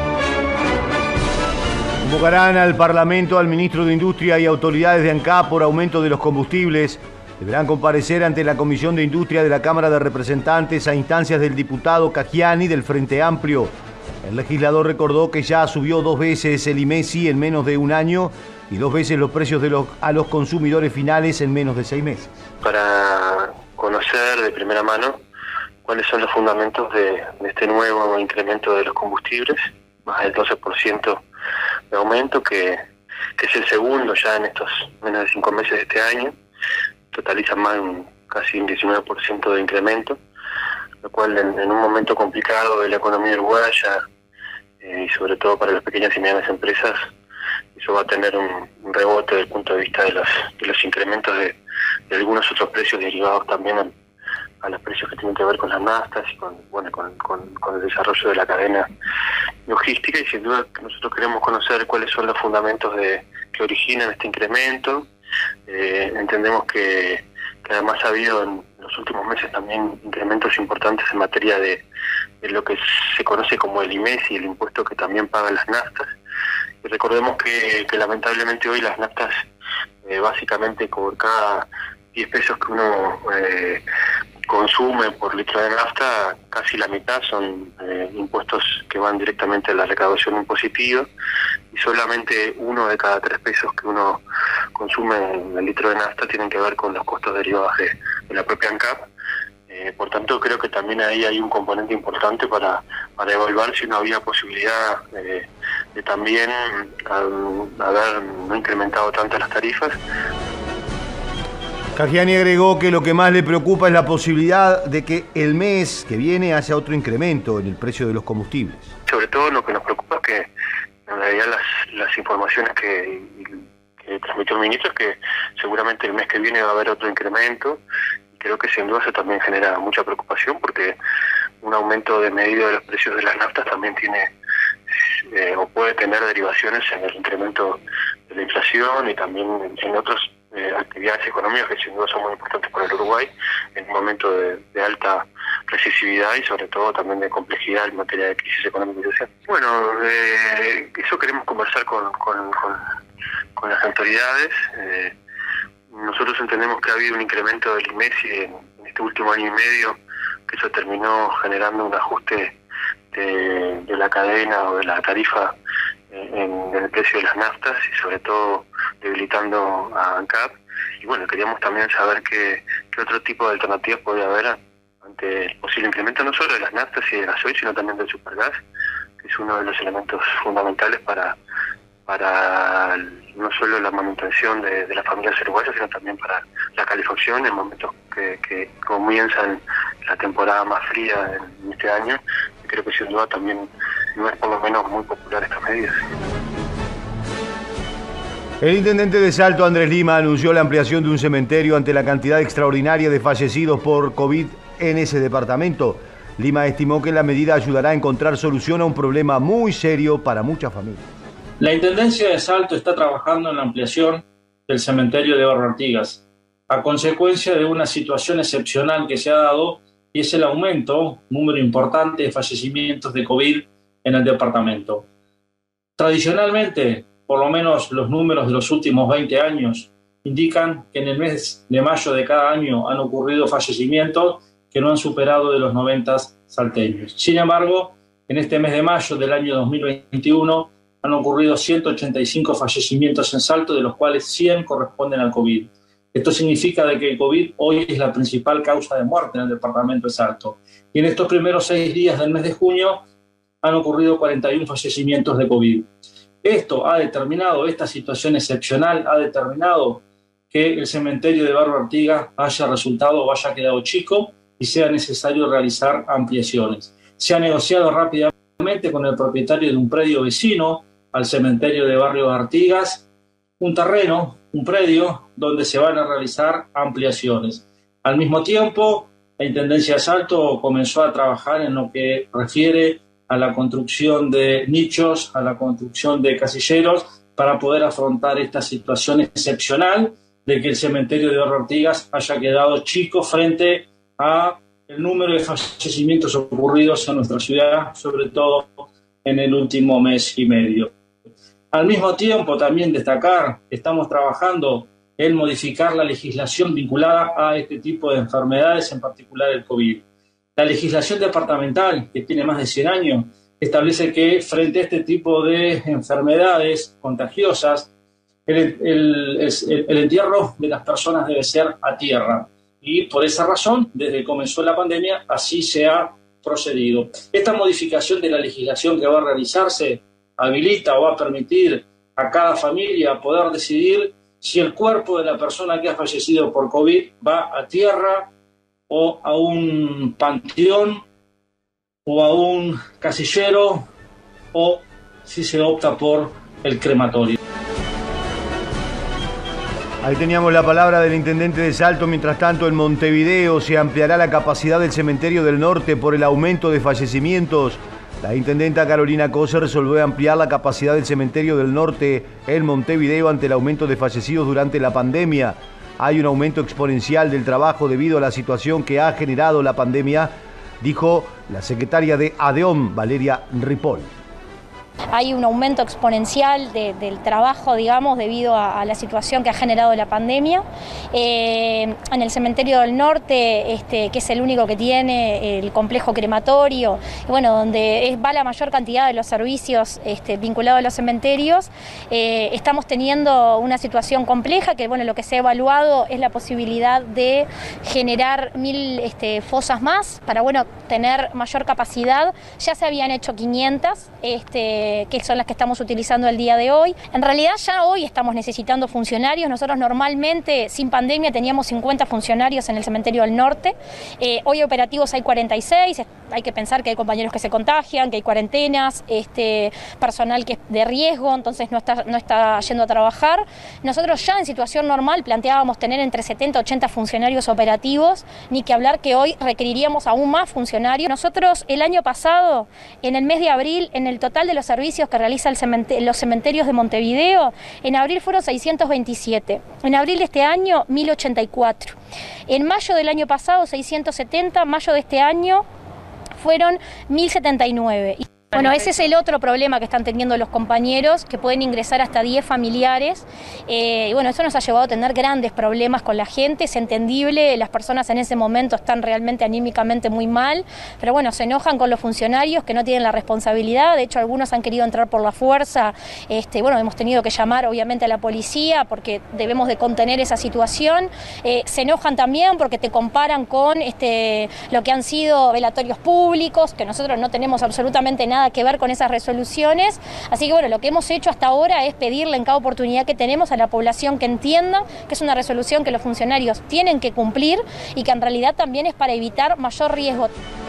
Convocarán al Parlamento al ministro de Industria y autoridades de ANCAP por aumento de los combustibles. Deberán comparecer ante la Comisión de Industria de la Cámara de Representantes a instancias del diputado Caggiani del Frente Amplio. El legislador recordó que ya subió 2 veces el IMESI en menos de un año y 2 veces los precios a los consumidores finales en menos de 6 meses. Para conocer de primera mano cuáles son los fundamentos de este nuevo incremento de los combustibles, más del 12% de aumento, que es el segundo ya en estos menos de 5 meses de este año, totaliza casi un 19% de incremento, lo cual en un momento complicado de la economía uruguaya y sobre todo para las pequeñas y medianas empresas, eso va a tener un rebote desde el punto de vista de los incrementos de algunos otros precios derivados también a los precios que tienen que ver con las naftas y con el desarrollo de la cadena logística, y sin duda que nosotros queremos conocer cuáles son los fundamentos que originan este incremento. Entendemos que además ha habido en los últimos meses también incrementos importantes en materia de lo que se conoce como el IMESI, el impuesto que también pagan las naftas. Y recordemos que lamentablemente hoy las naftas, básicamente por cada 10 pesos que uno consume por litro de nafta, casi la mitad son impuestos que van directamente a la recaudación impositiva, y solamente 1 de cada 3 pesos que uno consume en el litro de nafta tienen que ver con los costos derivados de la propia ANCAP. Por tanto, creo que también ahí hay un componente importante para evaluar si no había posibilidad de también haber no incrementado tanto las tarifas. Caggiani agregó que lo que más le preocupa es la posibilidad de que el mes que viene haya otro incremento en el precio de los combustibles. Sobre todo lo que nos preocupa es que en realidad las informaciones que transmitió el ministro es que seguramente el mes que viene va a haber otro incremento. Creo que sin duda eso también genera mucha preocupación, porque un aumento de medida de los precios de las naftas también tiene o puede tener derivaciones en el incremento de la inflación y también en otros actividades económicas que sin duda son muy importantes para el Uruguay en un momento de alta recesividad y sobre todo también de complejidad en materia de crisis económica y social. Bueno, eso queremos conversar con las autoridades. Nosotros entendemos que ha habido un incremento del IMESI en este último año y medio, que eso terminó generando un ajuste de la cadena o de la tarifa en el precio de las naftas y sobre todo debilitando a ANCAP. Y bueno, queríamos también saber qué otro tipo de alternativas podría haber ante el posible incremento no solo de las naftas y de gasoil, sino también del supergas, que es uno de los elementos fundamentales para no solo la manutención de las familias uruguayas, sino también para la calefacción en momentos que comienzan la temporada más fría en este año. Y creo que sin duda también no es por lo menos muy popular estas medidas. El intendente de Salto, Andrés Lima, anunció la ampliación de un cementerio ante la cantidad extraordinaria de fallecidos por COVID en ese departamento. Lima estimó que la medida ayudará a encontrar solución a un problema muy serio para muchas familias. La Intendencia de Salto está trabajando en la ampliación del cementerio de Barrio Artigas, a consecuencia de una situación excepcional que se ha dado, y es el aumento, número importante de fallecimientos de COVID en el departamento. Tradicionalmente, por lo menos los números de los últimos 20 años indican que en el mes de mayo de cada año han ocurrido fallecimientos que no han superado de los 90 salteños. Sin embargo, en este mes de mayo del año 2021 han ocurrido 185 fallecimientos en Salto, de los cuales 100 corresponden al COVID. Esto significa de que el COVID hoy es la principal causa de muerte en el departamento de Salto. Y en estos primeros 6 días del mes de junio han ocurrido 41 fallecimientos de COVID. Esto ha determinado, esta situación excepcional ha determinado que el cementerio de Barrio Artigas haya resultado o haya quedado chico y sea necesario realizar ampliaciones. Se ha negociado rápidamente con el propietario de un predio vecino al cementerio de Barrio Artigas, un terreno, un predio donde se van a realizar ampliaciones. Al mismo tiempo, la Intendencia de Salto comenzó a trabajar en lo que refiere a la construcción de nichos, a la construcción de casilleros, para poder afrontar esta situación excepcional de que el cementerio de Barrio Artigas haya quedado chico frente a el número de fallecimientos ocurridos en nuestra ciudad, sobre todo en el último mes y medio. Al mismo tiempo, también destacar que estamos trabajando en modificar la legislación vinculada a este tipo de enfermedades, en particular el COVID. La legislación departamental, que tiene más de 100 años, establece que frente a este tipo de enfermedades contagiosas, el entierro de las personas debe ser a tierra. Y por esa razón, desde que comenzó la pandemia, así se ha procedido. Esta modificación de la legislación que va a realizarse habilita o va a permitir a cada familia poder decidir si el cuerpo de la persona que ha fallecido por COVID va a tierra o a un panteón o a un casillero, o si se opta por el crematorio. Ahí teníamos la palabra del intendente de Salto. Mientras tanto, en Montevideo se ampliará la capacidad del cementerio del norte por el aumento de fallecimientos. La intendenta Carolina Cosa resolvió ampliar la capacidad del cementerio del norte en Montevideo ante el aumento de fallecidos durante la pandemia. Hay un aumento exponencial del trabajo debido a la situación que ha generado la pandemia, dijo la secretaria de ADEOM, Valeria Ripoll. Hay un aumento exponencial del trabajo, digamos, debido a la situación que ha generado la pandemia. En el cementerio del norte, que es el único que tiene el complejo crematorio, bueno, donde va la mayor cantidad de los servicios vinculados a los cementerios, estamos teniendo una situación compleja que, bueno, lo que se ha evaluado es la posibilidad de generar 1000 fosas más para, bueno, tener mayor capacidad. Ya se habían hecho 500, que son las que estamos utilizando el día de hoy. En realidad ya hoy estamos necesitando funcionarios. Nosotros normalmente sin pandemia teníamos 50 funcionarios en el cementerio del norte. Hoy operativos hay 46. Hay que pensar que hay compañeros que se contagian, que hay cuarentenas, personal que es de riesgo, entonces no está yendo a trabajar. Nosotros ya en situación normal planteábamos tener entre 70 y 80 funcionarios operativos, ni que hablar que hoy requeriríamos aún más funcionarios. Nosotros el año pasado, en el mes de abril, en el total de los servicios servicios que realiza los cementerios de Montevideo, en abril fueron 627, en abril de este año 1084, en mayo del año pasado 670, mayo de este año fueron 1079. Bueno, ese es el otro problema que están teniendo los compañeros, que pueden ingresar hasta 10 familiares. Y bueno, eso nos ha llevado a tener grandes problemas con la gente, es entendible, las personas en ese momento están realmente anímicamente muy mal, pero bueno, se enojan con los funcionarios que no tienen la responsabilidad, de hecho algunos han querido entrar por la fuerza, bueno, hemos tenido que llamar obviamente a la policía porque debemos de contener esa situación, se enojan también porque te comparan con lo que han sido velatorios públicos, que nosotros no tenemos absolutamente nada que ver con esas resoluciones, así que bueno, lo que hemos hecho hasta ahora es pedirle en cada oportunidad que tenemos a la población que entienda que es una resolución que los funcionarios tienen que cumplir y que en realidad también es para evitar mayor riesgo.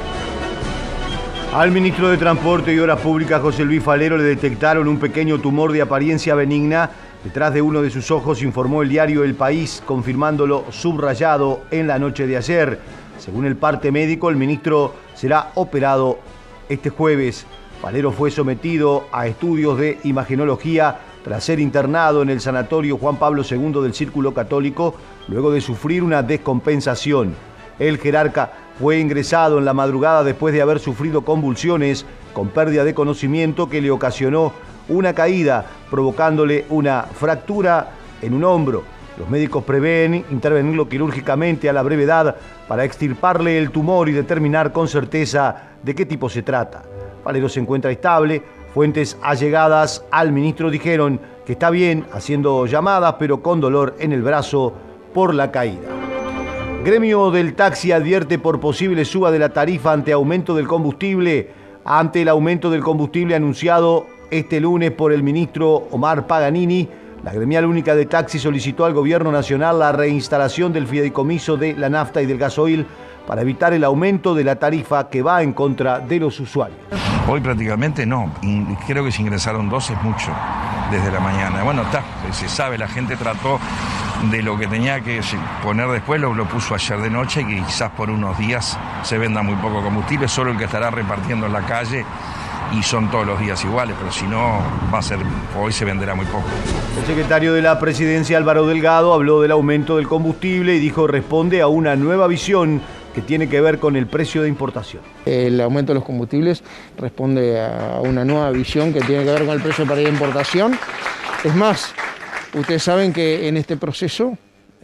Al ministro de Transporte y Obras Públicas, José Luis Falero, le detectaron un pequeño tumor de apariencia benigna detrás de uno de sus ojos, informó el diario El País, confirmándolo subrayado en la noche de ayer. Según el parte médico, el ministro será operado este jueves. Falero fue sometido a estudios de imagenología tras ser internado en el sanatorio Juan Pablo II del Círculo Católico luego de sufrir una descompensación. El jerarca fue ingresado en la madrugada después de haber sufrido convulsiones con pérdida de conocimiento que le ocasionó una caída, provocándole una fractura en un hombro. Los médicos prevén intervenirlo quirúrgicamente a la brevedad para extirparle el tumor y determinar con certeza de qué tipo se trata. Falero se encuentra estable. Fuentes allegadas al ministro dijeron que está bien, haciendo llamadas, pero con dolor en el brazo por la caída. Gremio del taxi advierte por posible suba de la tarifa ante aumento del combustible. Ante el aumento del combustible anunciado este lunes por el ministro Omar Paganini, la Gremial Única de Taxi solicitó al Gobierno Nacional la reinstalación del fideicomiso de la nafta y del gasoil para evitar el aumento de la tarifa que va en contra de los usuarios. Hoy prácticamente no, creo que se ingresaron 2, es mucho, desde la mañana. Bueno, se sabe, la gente trató de lo que tenía que poner después, lo puso ayer de noche, y que quizás por unos días se venda muy poco combustible, solo el que estará repartiendo en la calle, y son todos los días iguales, pero si no, hoy se venderá muy poco. El secretario de la Presidencia, Álvaro Delgado, habló del aumento del combustible y dijo responde a una nueva visión que tiene que ver con el precio de importación. El aumento de los combustibles responde a una nueva visión que tiene que ver con el precio para la importación. Es más, ustedes saben que en este proceso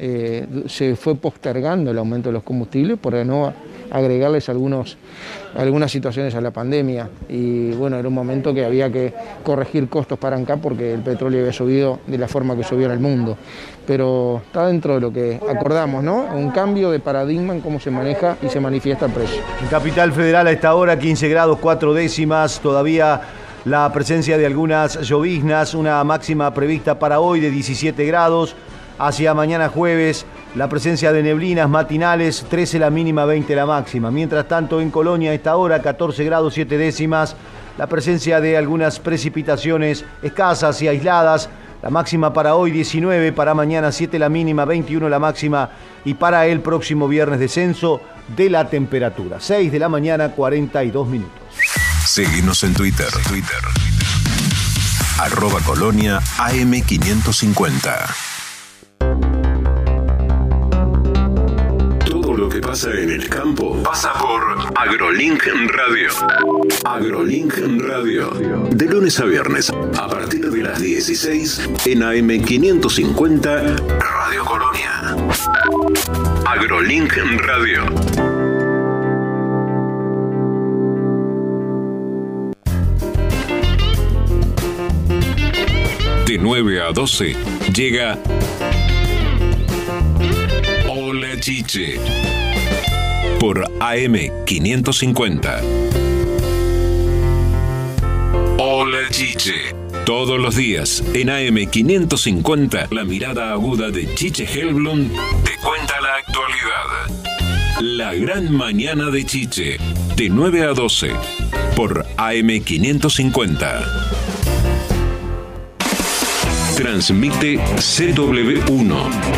se fue postergando el aumento de los combustibles por no agregarles algunas situaciones a la pandemia, y bueno, era un momento que había que corregir costos para acá porque el petróleo había subido de la forma que subió en el mundo, pero está dentro de lo que acordamos, ¿no? Un cambio de paradigma en cómo se maneja y se manifiesta el precio. En Capital Federal a esta hora 15 grados 4 décimas, todavía la presencia de algunas lloviznas, una máxima prevista para hoy de 17 grados, hacia mañana jueves la presencia de neblinas matinales, 13 la mínima, 20 la máxima. Mientras tanto, en Colonia a esta hora, 14 grados 7 décimas, la presencia de algunas precipitaciones escasas y aisladas. La máxima para hoy 19, para mañana 7 la mínima, 21 la máxima, y para el próximo viernes descenso de la temperatura. 6 de la mañana, 42 minutos. Seguinos en Twitter. @Colonia AM550. Lo que pasa en el campo pasa por AgroLink Radio. AgroLink Radio. De lunes a viernes, a partir de las 16, en AM550, Radio Colonia. AgroLink Radio. De 9 a 12, llega Hola Chiche por AM550. Hola Chiche. Todos los días en AM550, la mirada aguda de Chiche Helblum te cuenta la actualidad. La gran mañana de Chiche, de 9 a 12, por AM550. Transmite CW1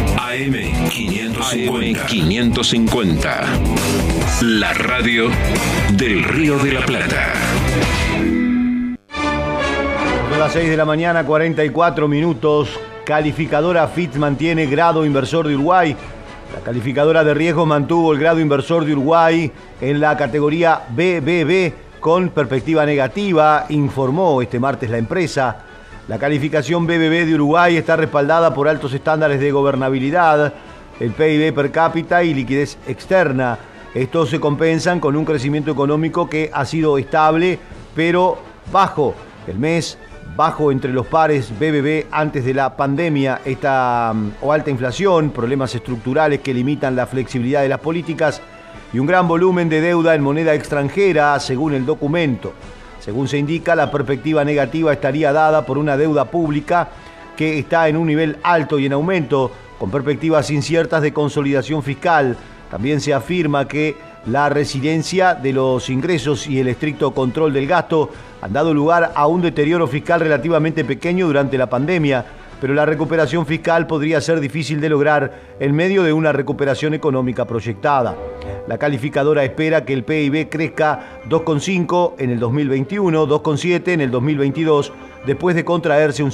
AM550, la radio del Río de la Plata. las 6 de la mañana, 44 minutos. Calificadora Fitch mantiene grado inversor de Uruguay. La calificadora de riesgo mantuvo el grado inversor de Uruguay en la categoría BBB con perspectiva negativa, informó este martes la empresa. La calificación BBB de Uruguay está respaldada por altos estándares de gobernabilidad, el PIB per cápita y liquidez externa. Estos se compensan con un crecimiento económico que ha sido estable, pero bajo. El mes bajo entre los pares BBB antes de la pandemia, alta inflación, problemas estructurales que limitan la flexibilidad de las políticas y un gran volumen de deuda en moneda extranjera, según el documento. Según se indica, la perspectiva negativa estaría dada por una deuda pública que está en un nivel alto y en aumento, con perspectivas inciertas de consolidación fiscal. También se afirma que la resiliencia de los ingresos y el estricto control del gasto han dado lugar a un deterioro fiscal relativamente pequeño durante la pandemia, pero la recuperación fiscal podría ser difícil de lograr en medio de una recuperación económica proyectada. La calificadora espera que el PIB crezca 2,5 en el 2021, 2,7 en el 2022, después de contraerse un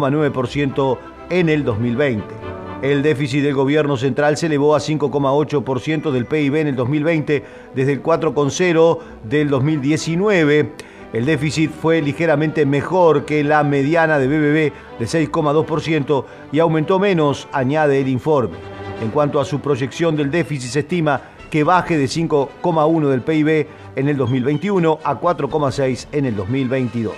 5,9% en el 2020. El déficit del gobierno central se elevó a 5,8% del PIB en el 2020, desde el 4,0% del 2019. El déficit fue ligeramente mejor que la mediana de BBB de 6,2% y aumentó menos, añade el informe. En cuanto a su proyección del déficit, se estima que baje de 5,1% del PIB en el 2021 a 4,6% en el 2022.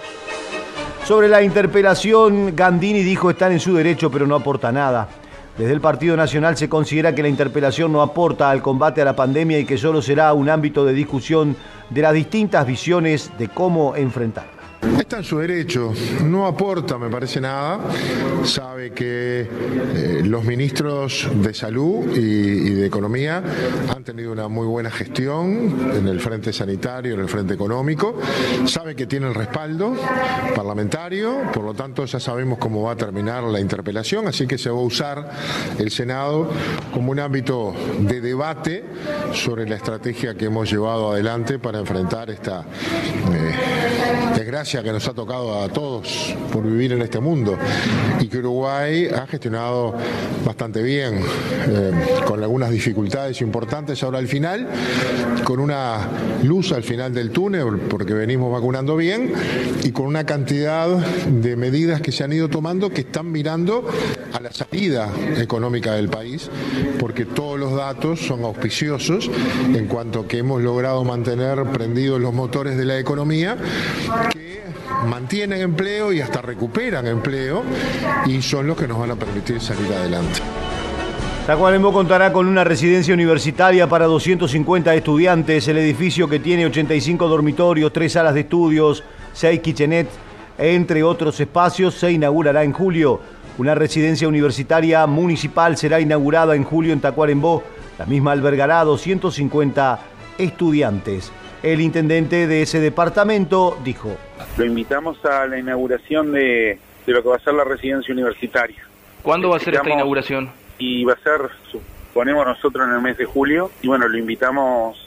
Sobre la interpelación, Gandini dijo estar en su derecho pero no aporta nada. Desde el Partido Nacional se considera que la interpelación no aporta al combate a la pandemia y que solo será un ámbito de discusión de las distintas visiones de cómo enfrentarla. Está en su derecho, no aporta, me parece, nada. Sabe que los ministros de Salud y de Economía han tenido una muy buena gestión en el frente sanitario, en el frente económico. Sabe que tiene el respaldo parlamentario, por lo tanto ya sabemos cómo va a terminar la interpelación, así que se va a usar el Senado como un ámbito de debate sobre la estrategia que hemos llevado adelante para enfrentar esta desgracia que nos ha tocado a todos por vivir en este mundo y que Uruguay ha gestionado bastante bien, con algunas dificultades importantes ahora al final, con una luz al final del túnel porque venimos vacunando bien y con una cantidad de medidas que se han ido tomando que están mirando a la salida económica del país, porque todos los datos son auspiciosos en cuanto que hemos logrado mantener prendidos los motores de la economía que mantienen empleo y hasta recuperan empleo y son los que nos van a permitir salir adelante. Tacuarembó contará con una residencia universitaria para 250 estudiantes. El edificio, que tiene 85 dormitorios, 3 salas de estudios, 6 kitchenettes, entre otros espacios, se inaugurará en julio. Una residencia universitaria municipal será inaugurada en julio en Tacuarembó. La misma albergará 250 estudiantes. El intendente de ese departamento dijo: lo invitamos a la inauguración de lo que va a ser la residencia universitaria. ¿Cuándo va a ser esta inauguración? Y va a ser, suponemos nosotros, en el mes de julio. Y bueno, lo invitamos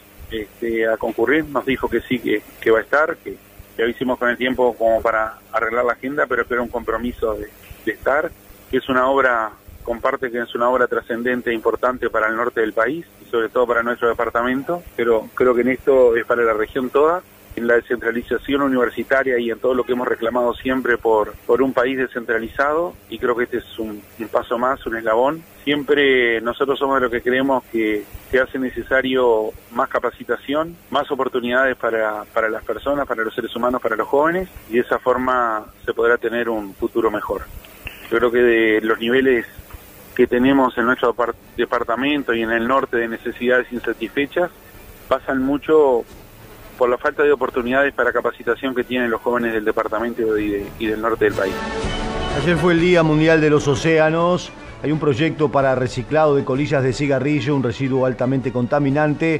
a concurrir. Nos dijo que sí, que va a estar, que ya lo hicimos con el tiempo como para arreglar la agenda, pero espero un compromiso de estar. Que es una obra, comparte que es una obra trascendente e importante para el norte del país y sobre todo para nuestro departamento, pero creo que en esto es para la región toda, en la descentralización universitaria y en todo lo que hemos reclamado siempre por un país descentralizado, y creo que este es un paso más, un eslabón. Siempre nosotros somos de los que creemos que se hace necesario más capacitación, más oportunidades para las personas, para los seres humanos, para los jóvenes, y de esa forma se podrá tener un futuro mejor. Yo creo que de los niveles que tenemos en nuestro departamento y en el norte de necesidades insatisfechas, pasan mucho por la falta de oportunidades para capacitación que tienen los jóvenes del departamento y del norte del país. Ayer fue el Día Mundial de los Océanos. Hay un proyecto para reciclado de colillas de cigarrillo, un residuo altamente contaminante,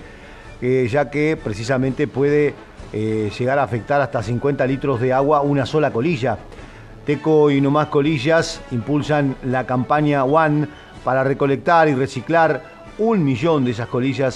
ya que precisamente puede llegar a afectar hasta 50 litros de agua una sola colilla. Teco y No Más Colillas impulsan la campaña One para recolectar y reciclar 1 millón de esas colillas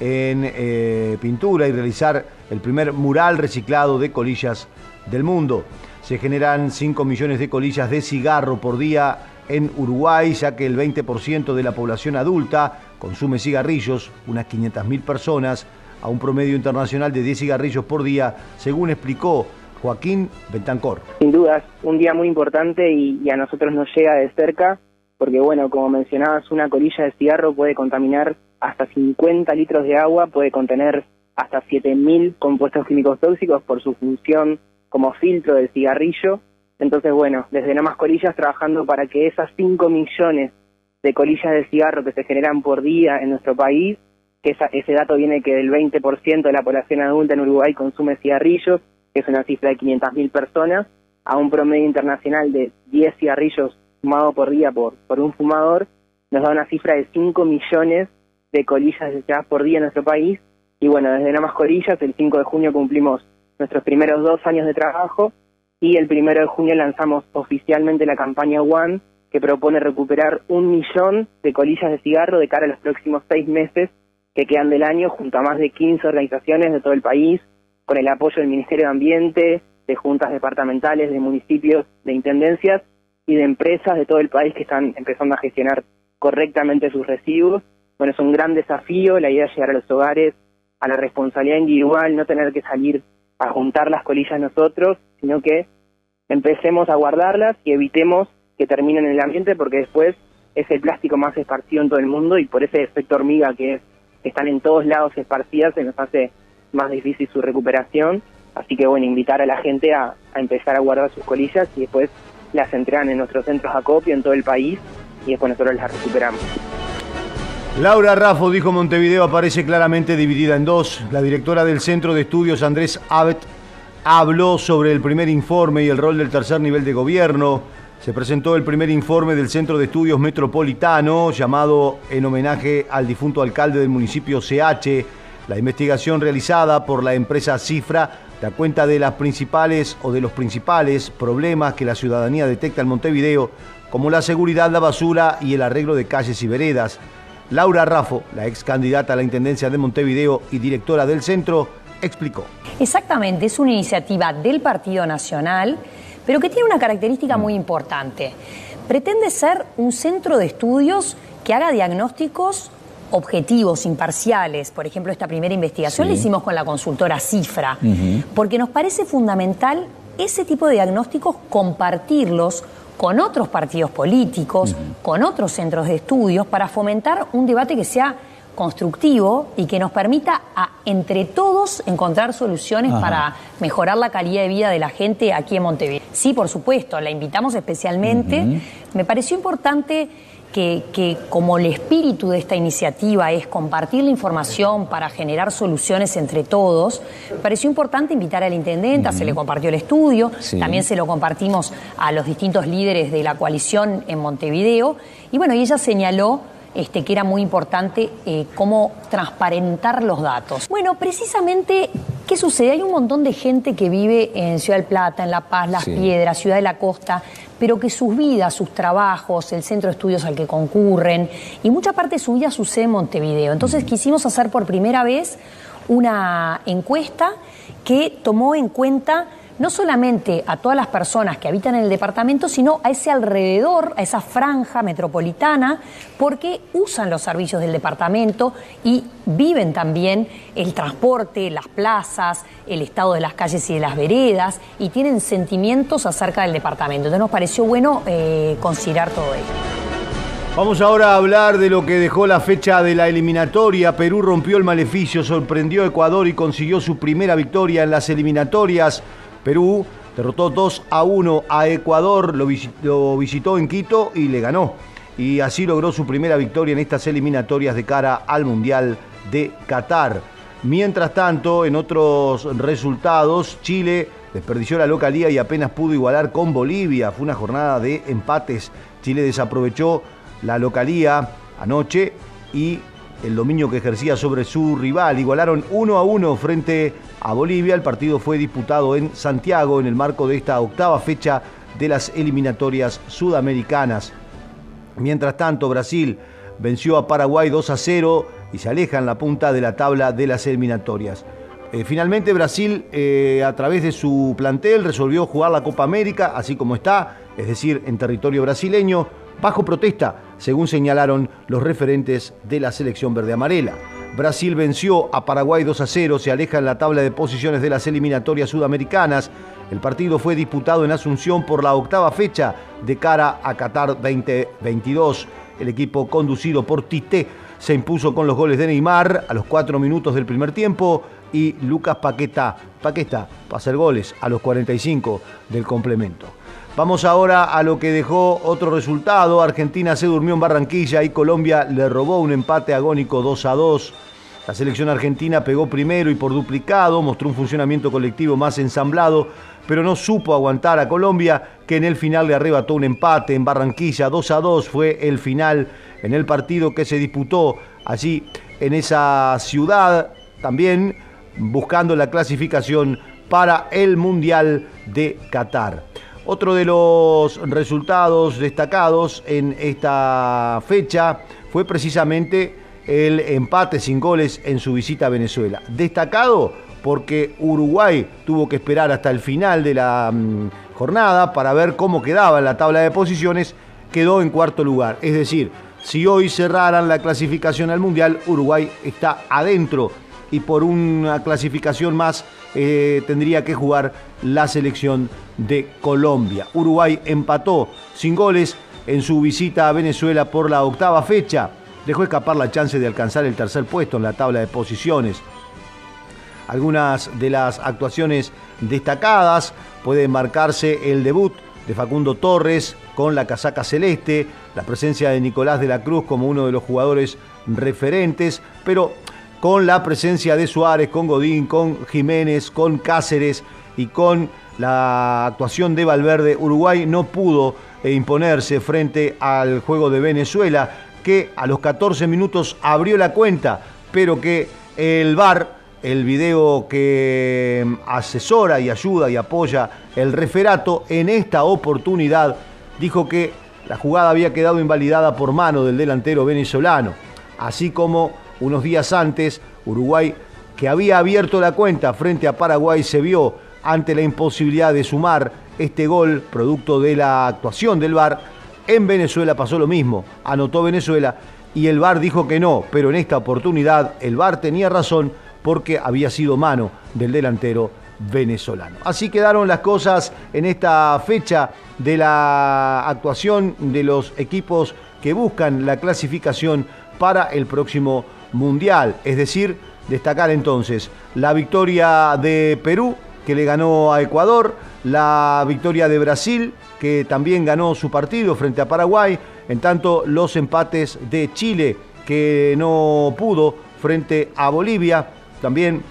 en pintura y realizar el primer mural reciclado de colillas del mundo. Se generan 5 millones de colillas de cigarro por día en Uruguay, ya que el 20% de la población adulta consume cigarrillos, unas 500.000 personas, a un promedio internacional de 10 cigarrillos por día, según explicó Joaquín Bentancor. Sin duda, un día muy importante y a nosotros nos llega de cerca, porque bueno, como mencionabas, una colilla de cigarro puede contaminar hasta 50 litros de agua, puede contener hasta 7.000 compuestos químicos tóxicos por su función como filtro del cigarrillo. Entonces, bueno, desde No Más Colillas trabajando para que esas 5 millones de colillas de cigarro que se generan por día en nuestro país, que ese dato viene que del 20% de la población adulta en Uruguay consume cigarrillos, que es una cifra de 500.000 personas, a un promedio internacional de 10 cigarrillos fumados por día por un fumador, nos da una cifra de 5 millones de colillas desechadas por día en nuestro país. Y bueno, desde No Más Colillas, el 5 de junio cumplimos nuestros primeros 2 años de trabajo y el 1 de junio lanzamos oficialmente la campaña One, que propone recuperar 1 millón de colillas de cigarro de cara a los próximos 6 meses que quedan del año, junto a más de 15 organizaciones de todo el país, con el apoyo del Ministerio de Ambiente, de juntas departamentales, de municipios, de intendencias y de empresas de todo el país que están empezando a gestionar correctamente sus residuos. Bueno, es un gran desafío, la idea es llegar a los hogares, a la responsabilidad individual, no tener que salir a juntar las colillas nosotros, sino que empecemos a guardarlas y evitemos que terminen en el ambiente, porque después es el plástico más esparcido en todo el mundo y por ese efecto hormiga que están en todos lados esparcidas se nos hace más difícil su recuperación. Así que bueno, invitar a la gente a empezar a guardar sus colillas y después las entregan en nuestros centros de acopio en todo el país y después nosotros las recuperamos. Laura Raffo dijo: Montevideo aparece claramente dividida en dos. La directora del Centro de Estudios, Andrés Abet, habló sobre el primer informe y el rol del tercer nivel de gobierno. Se presentó el primer informe del Centro de Estudios Metropolitano, llamado en homenaje al difunto alcalde del municipio CH. La investigación realizada por la empresa Cifra da cuenta de las principales o de los principales problemas que la ciudadanía detecta en Montevideo, como la seguridad, la basura y el arreglo de calles y veredas. Laura Raffo, la ex candidata a la Intendencia de Montevideo y directora del centro, explicó. Exactamente, es una iniciativa del Partido Nacional, pero que tiene una característica muy importante. Pretende ser un centro de estudios que haga diagnósticos objetivos, imparciales. Por ejemplo, esta primera investigación la hicimos con la consultora Cifra, porque nos parece fundamental ese tipo de diagnósticos compartirlos con otros partidos políticos, con otros centros de estudios, para fomentar un debate que sea constructivo y que nos permita entre todos encontrar soluciones para mejorar la calidad de vida de la gente aquí en Montevideo. Sí, por supuesto, la invitamos especialmente. Me pareció importante que como el espíritu de esta iniciativa es compartir la información para generar soluciones entre todos, me pareció importante invitar a la intendenta, se le compartió el estudio, también se lo compartimos a los distintos líderes de la coalición en Montevideo, y bueno, y ella señaló que era muy importante cómo transparentar los datos. Bueno, precisamente, ¿qué sucede? Hay un montón de gente que vive en Ciudad del Plata, en La Paz, Las Piedras, Ciudad de la Costa, pero que sus vidas, sus trabajos, el centro de estudios al que concurren, y mucha parte de su vida sucede en Montevideo. Entonces quisimos hacer por primera vez una encuesta que tomó en cuenta no solamente a todas las personas que habitan en el departamento, sino a ese alrededor, a esa franja metropolitana, porque usan los servicios del departamento y viven también el transporte, las plazas, el estado de las calles y de las veredas, y tienen sentimientos acerca del departamento. Entonces nos pareció bueno considerar todo ello. Vamos ahora a hablar de lo que dejó la fecha de la eliminatoria. Perú rompió el maleficio, sorprendió a Ecuador y consiguió su primera victoria en las eliminatorias. Perú derrotó 2-1 a Ecuador, lo visitó en Quito y le ganó. Y así logró su primera victoria en estas eliminatorias de cara al Mundial de Qatar. Mientras tanto, en otros resultados, Chile desperdició la localía y apenas pudo igualar con Bolivia. Fue una jornada de empates. Chile desaprovechó la localía anoche y el dominio que ejercía sobre su rival. Igualaron 1-1 frente a Bolivia. El partido fue disputado en Santiago en el marco de esta octava fecha de las eliminatorias sudamericanas. Mientras tanto, Brasil venció a Paraguay 2-0 y se aleja en la punta de la tabla de las eliminatorias. Finalmente Brasil, a través de su plantel, resolvió jugar la Copa América, así como está, es decir, en territorio brasileño, bajo protesta, según señalaron los referentes de la selección verde-amarela. Brasil venció a Paraguay 2-0, se aleja en la tabla de posiciones de las eliminatorias sudamericanas. El partido fue disputado en Asunción por la 8ª fecha de cara a Qatar 2022. El equipo conducido por Tite se impuso con los goles de Neymar a los 4 minutos del primer tiempo y Lucas Paquetá para hacer goles a los 45 del complemento. Vamos ahora a lo que dejó otro resultado. Argentina se durmió en Barranquilla y Colombia le robó un empate agónico 2-2. La selección argentina pegó primero y por duplicado, mostró un funcionamiento colectivo más ensamblado, pero no supo aguantar a Colombia, que en el final le arrebató un empate en Barranquilla. 2-2 fue el final en el partido que se disputó allí en esa ciudad, también buscando la clasificación para el Mundial de Qatar. Otro de los resultados destacados en esta fecha fue precisamente el empate sin goles en su visita a Venezuela. Destacado porque Uruguay tuvo que esperar hasta el final de la jornada para ver cómo quedaba en la tabla de posiciones. Quedó en cuarto lugar. Es decir, si hoy cerraran la clasificación al Mundial, Uruguay está adentro y por una clasificación más tendría que jugar la selección de Colombia. Uruguay empató sin goles en su visita a Venezuela por la 8ª fecha. Dejó escapar la chance de alcanzar el tercer puesto en la tabla de posiciones. Algunas de las actuaciones destacadas pueden marcarse el debut de Facundo Torres con la casaca celeste, la presencia de Nicolás de la Cruz como uno de los jugadores referentes, pero con la presencia de Suárez, con Godín, con Jiménez, con Cáceres y con la actuación de Valverde, Uruguay no pudo imponerse frente al juego de Venezuela, que a los 14 minutos abrió la cuenta, pero que el VAR, el video que asesora y ayuda y apoya el referato, en esta oportunidad dijo que la jugada había quedado invalidada por mano del delantero venezolano, así como unos días antes Uruguay, que había abierto la cuenta frente a Paraguay, se vio ante la imposibilidad de sumar este gol producto de la actuación del VAR. En Venezuela pasó lo mismo, anotó Venezuela y el VAR dijo que no, pero en esta oportunidad el VAR tenía razón porque había sido mano del delantero venezolano. Así quedaron las cosas en esta fecha de la actuación de los equipos que buscan la clasificación para el próximo Mundial. Es decir, destacar entonces la victoria de Perú, que le ganó a Ecuador, la victoria de Brasil, que también ganó su partido frente a Paraguay, en tanto los empates de Chile, que no pudo frente a Bolivia, también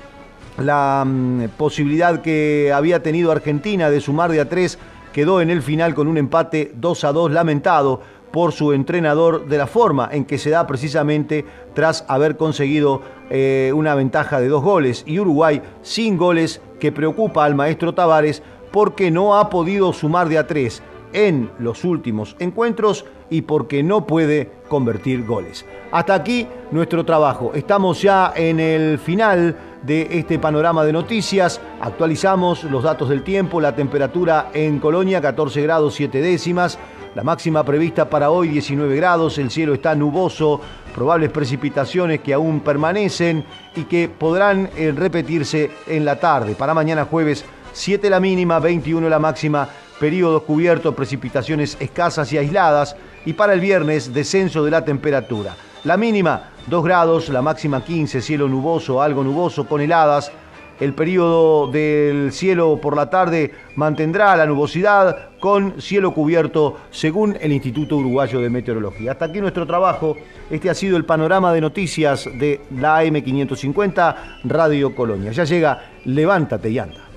la posibilidad que había tenido Argentina de sumar de a 3 quedó en el final con un empate 2-2 lamentado por su entrenador, de la forma en que se da precisamente tras haber conseguido una ventaja de 2 goles, y Uruguay sin goles, que preocupa al maestro Tavares porque no ha podido sumar de a 3 en los últimos encuentros y porque no puede convertir goles. Hasta aquí nuestro trabajo. Estamos ya en el final de este panorama de noticias. Actualizamos los datos del tiempo. La temperatura en Colonia, 14 grados 7 décimas. La máxima prevista para hoy, 19 grados. El cielo está nuboso. Probables precipitaciones que aún permanecen y que podrán repetirse en la tarde. Para mañana jueves, 7 la mínima, 21 la máxima. Periodos cubiertos, precipitaciones escasas y aisladas. Y para el viernes, descenso de la temperatura. La mínima, 2 grados, la máxima 15, cielo nuboso, algo nuboso con heladas. El periodo del cielo por la tarde mantendrá la nubosidad con cielo cubierto según el Instituto Uruguayo de Meteorología. Hasta aquí nuestro trabajo. Este ha sido el panorama de noticias de la AM550 Radio Colonia. Ya llega Levántate y anda.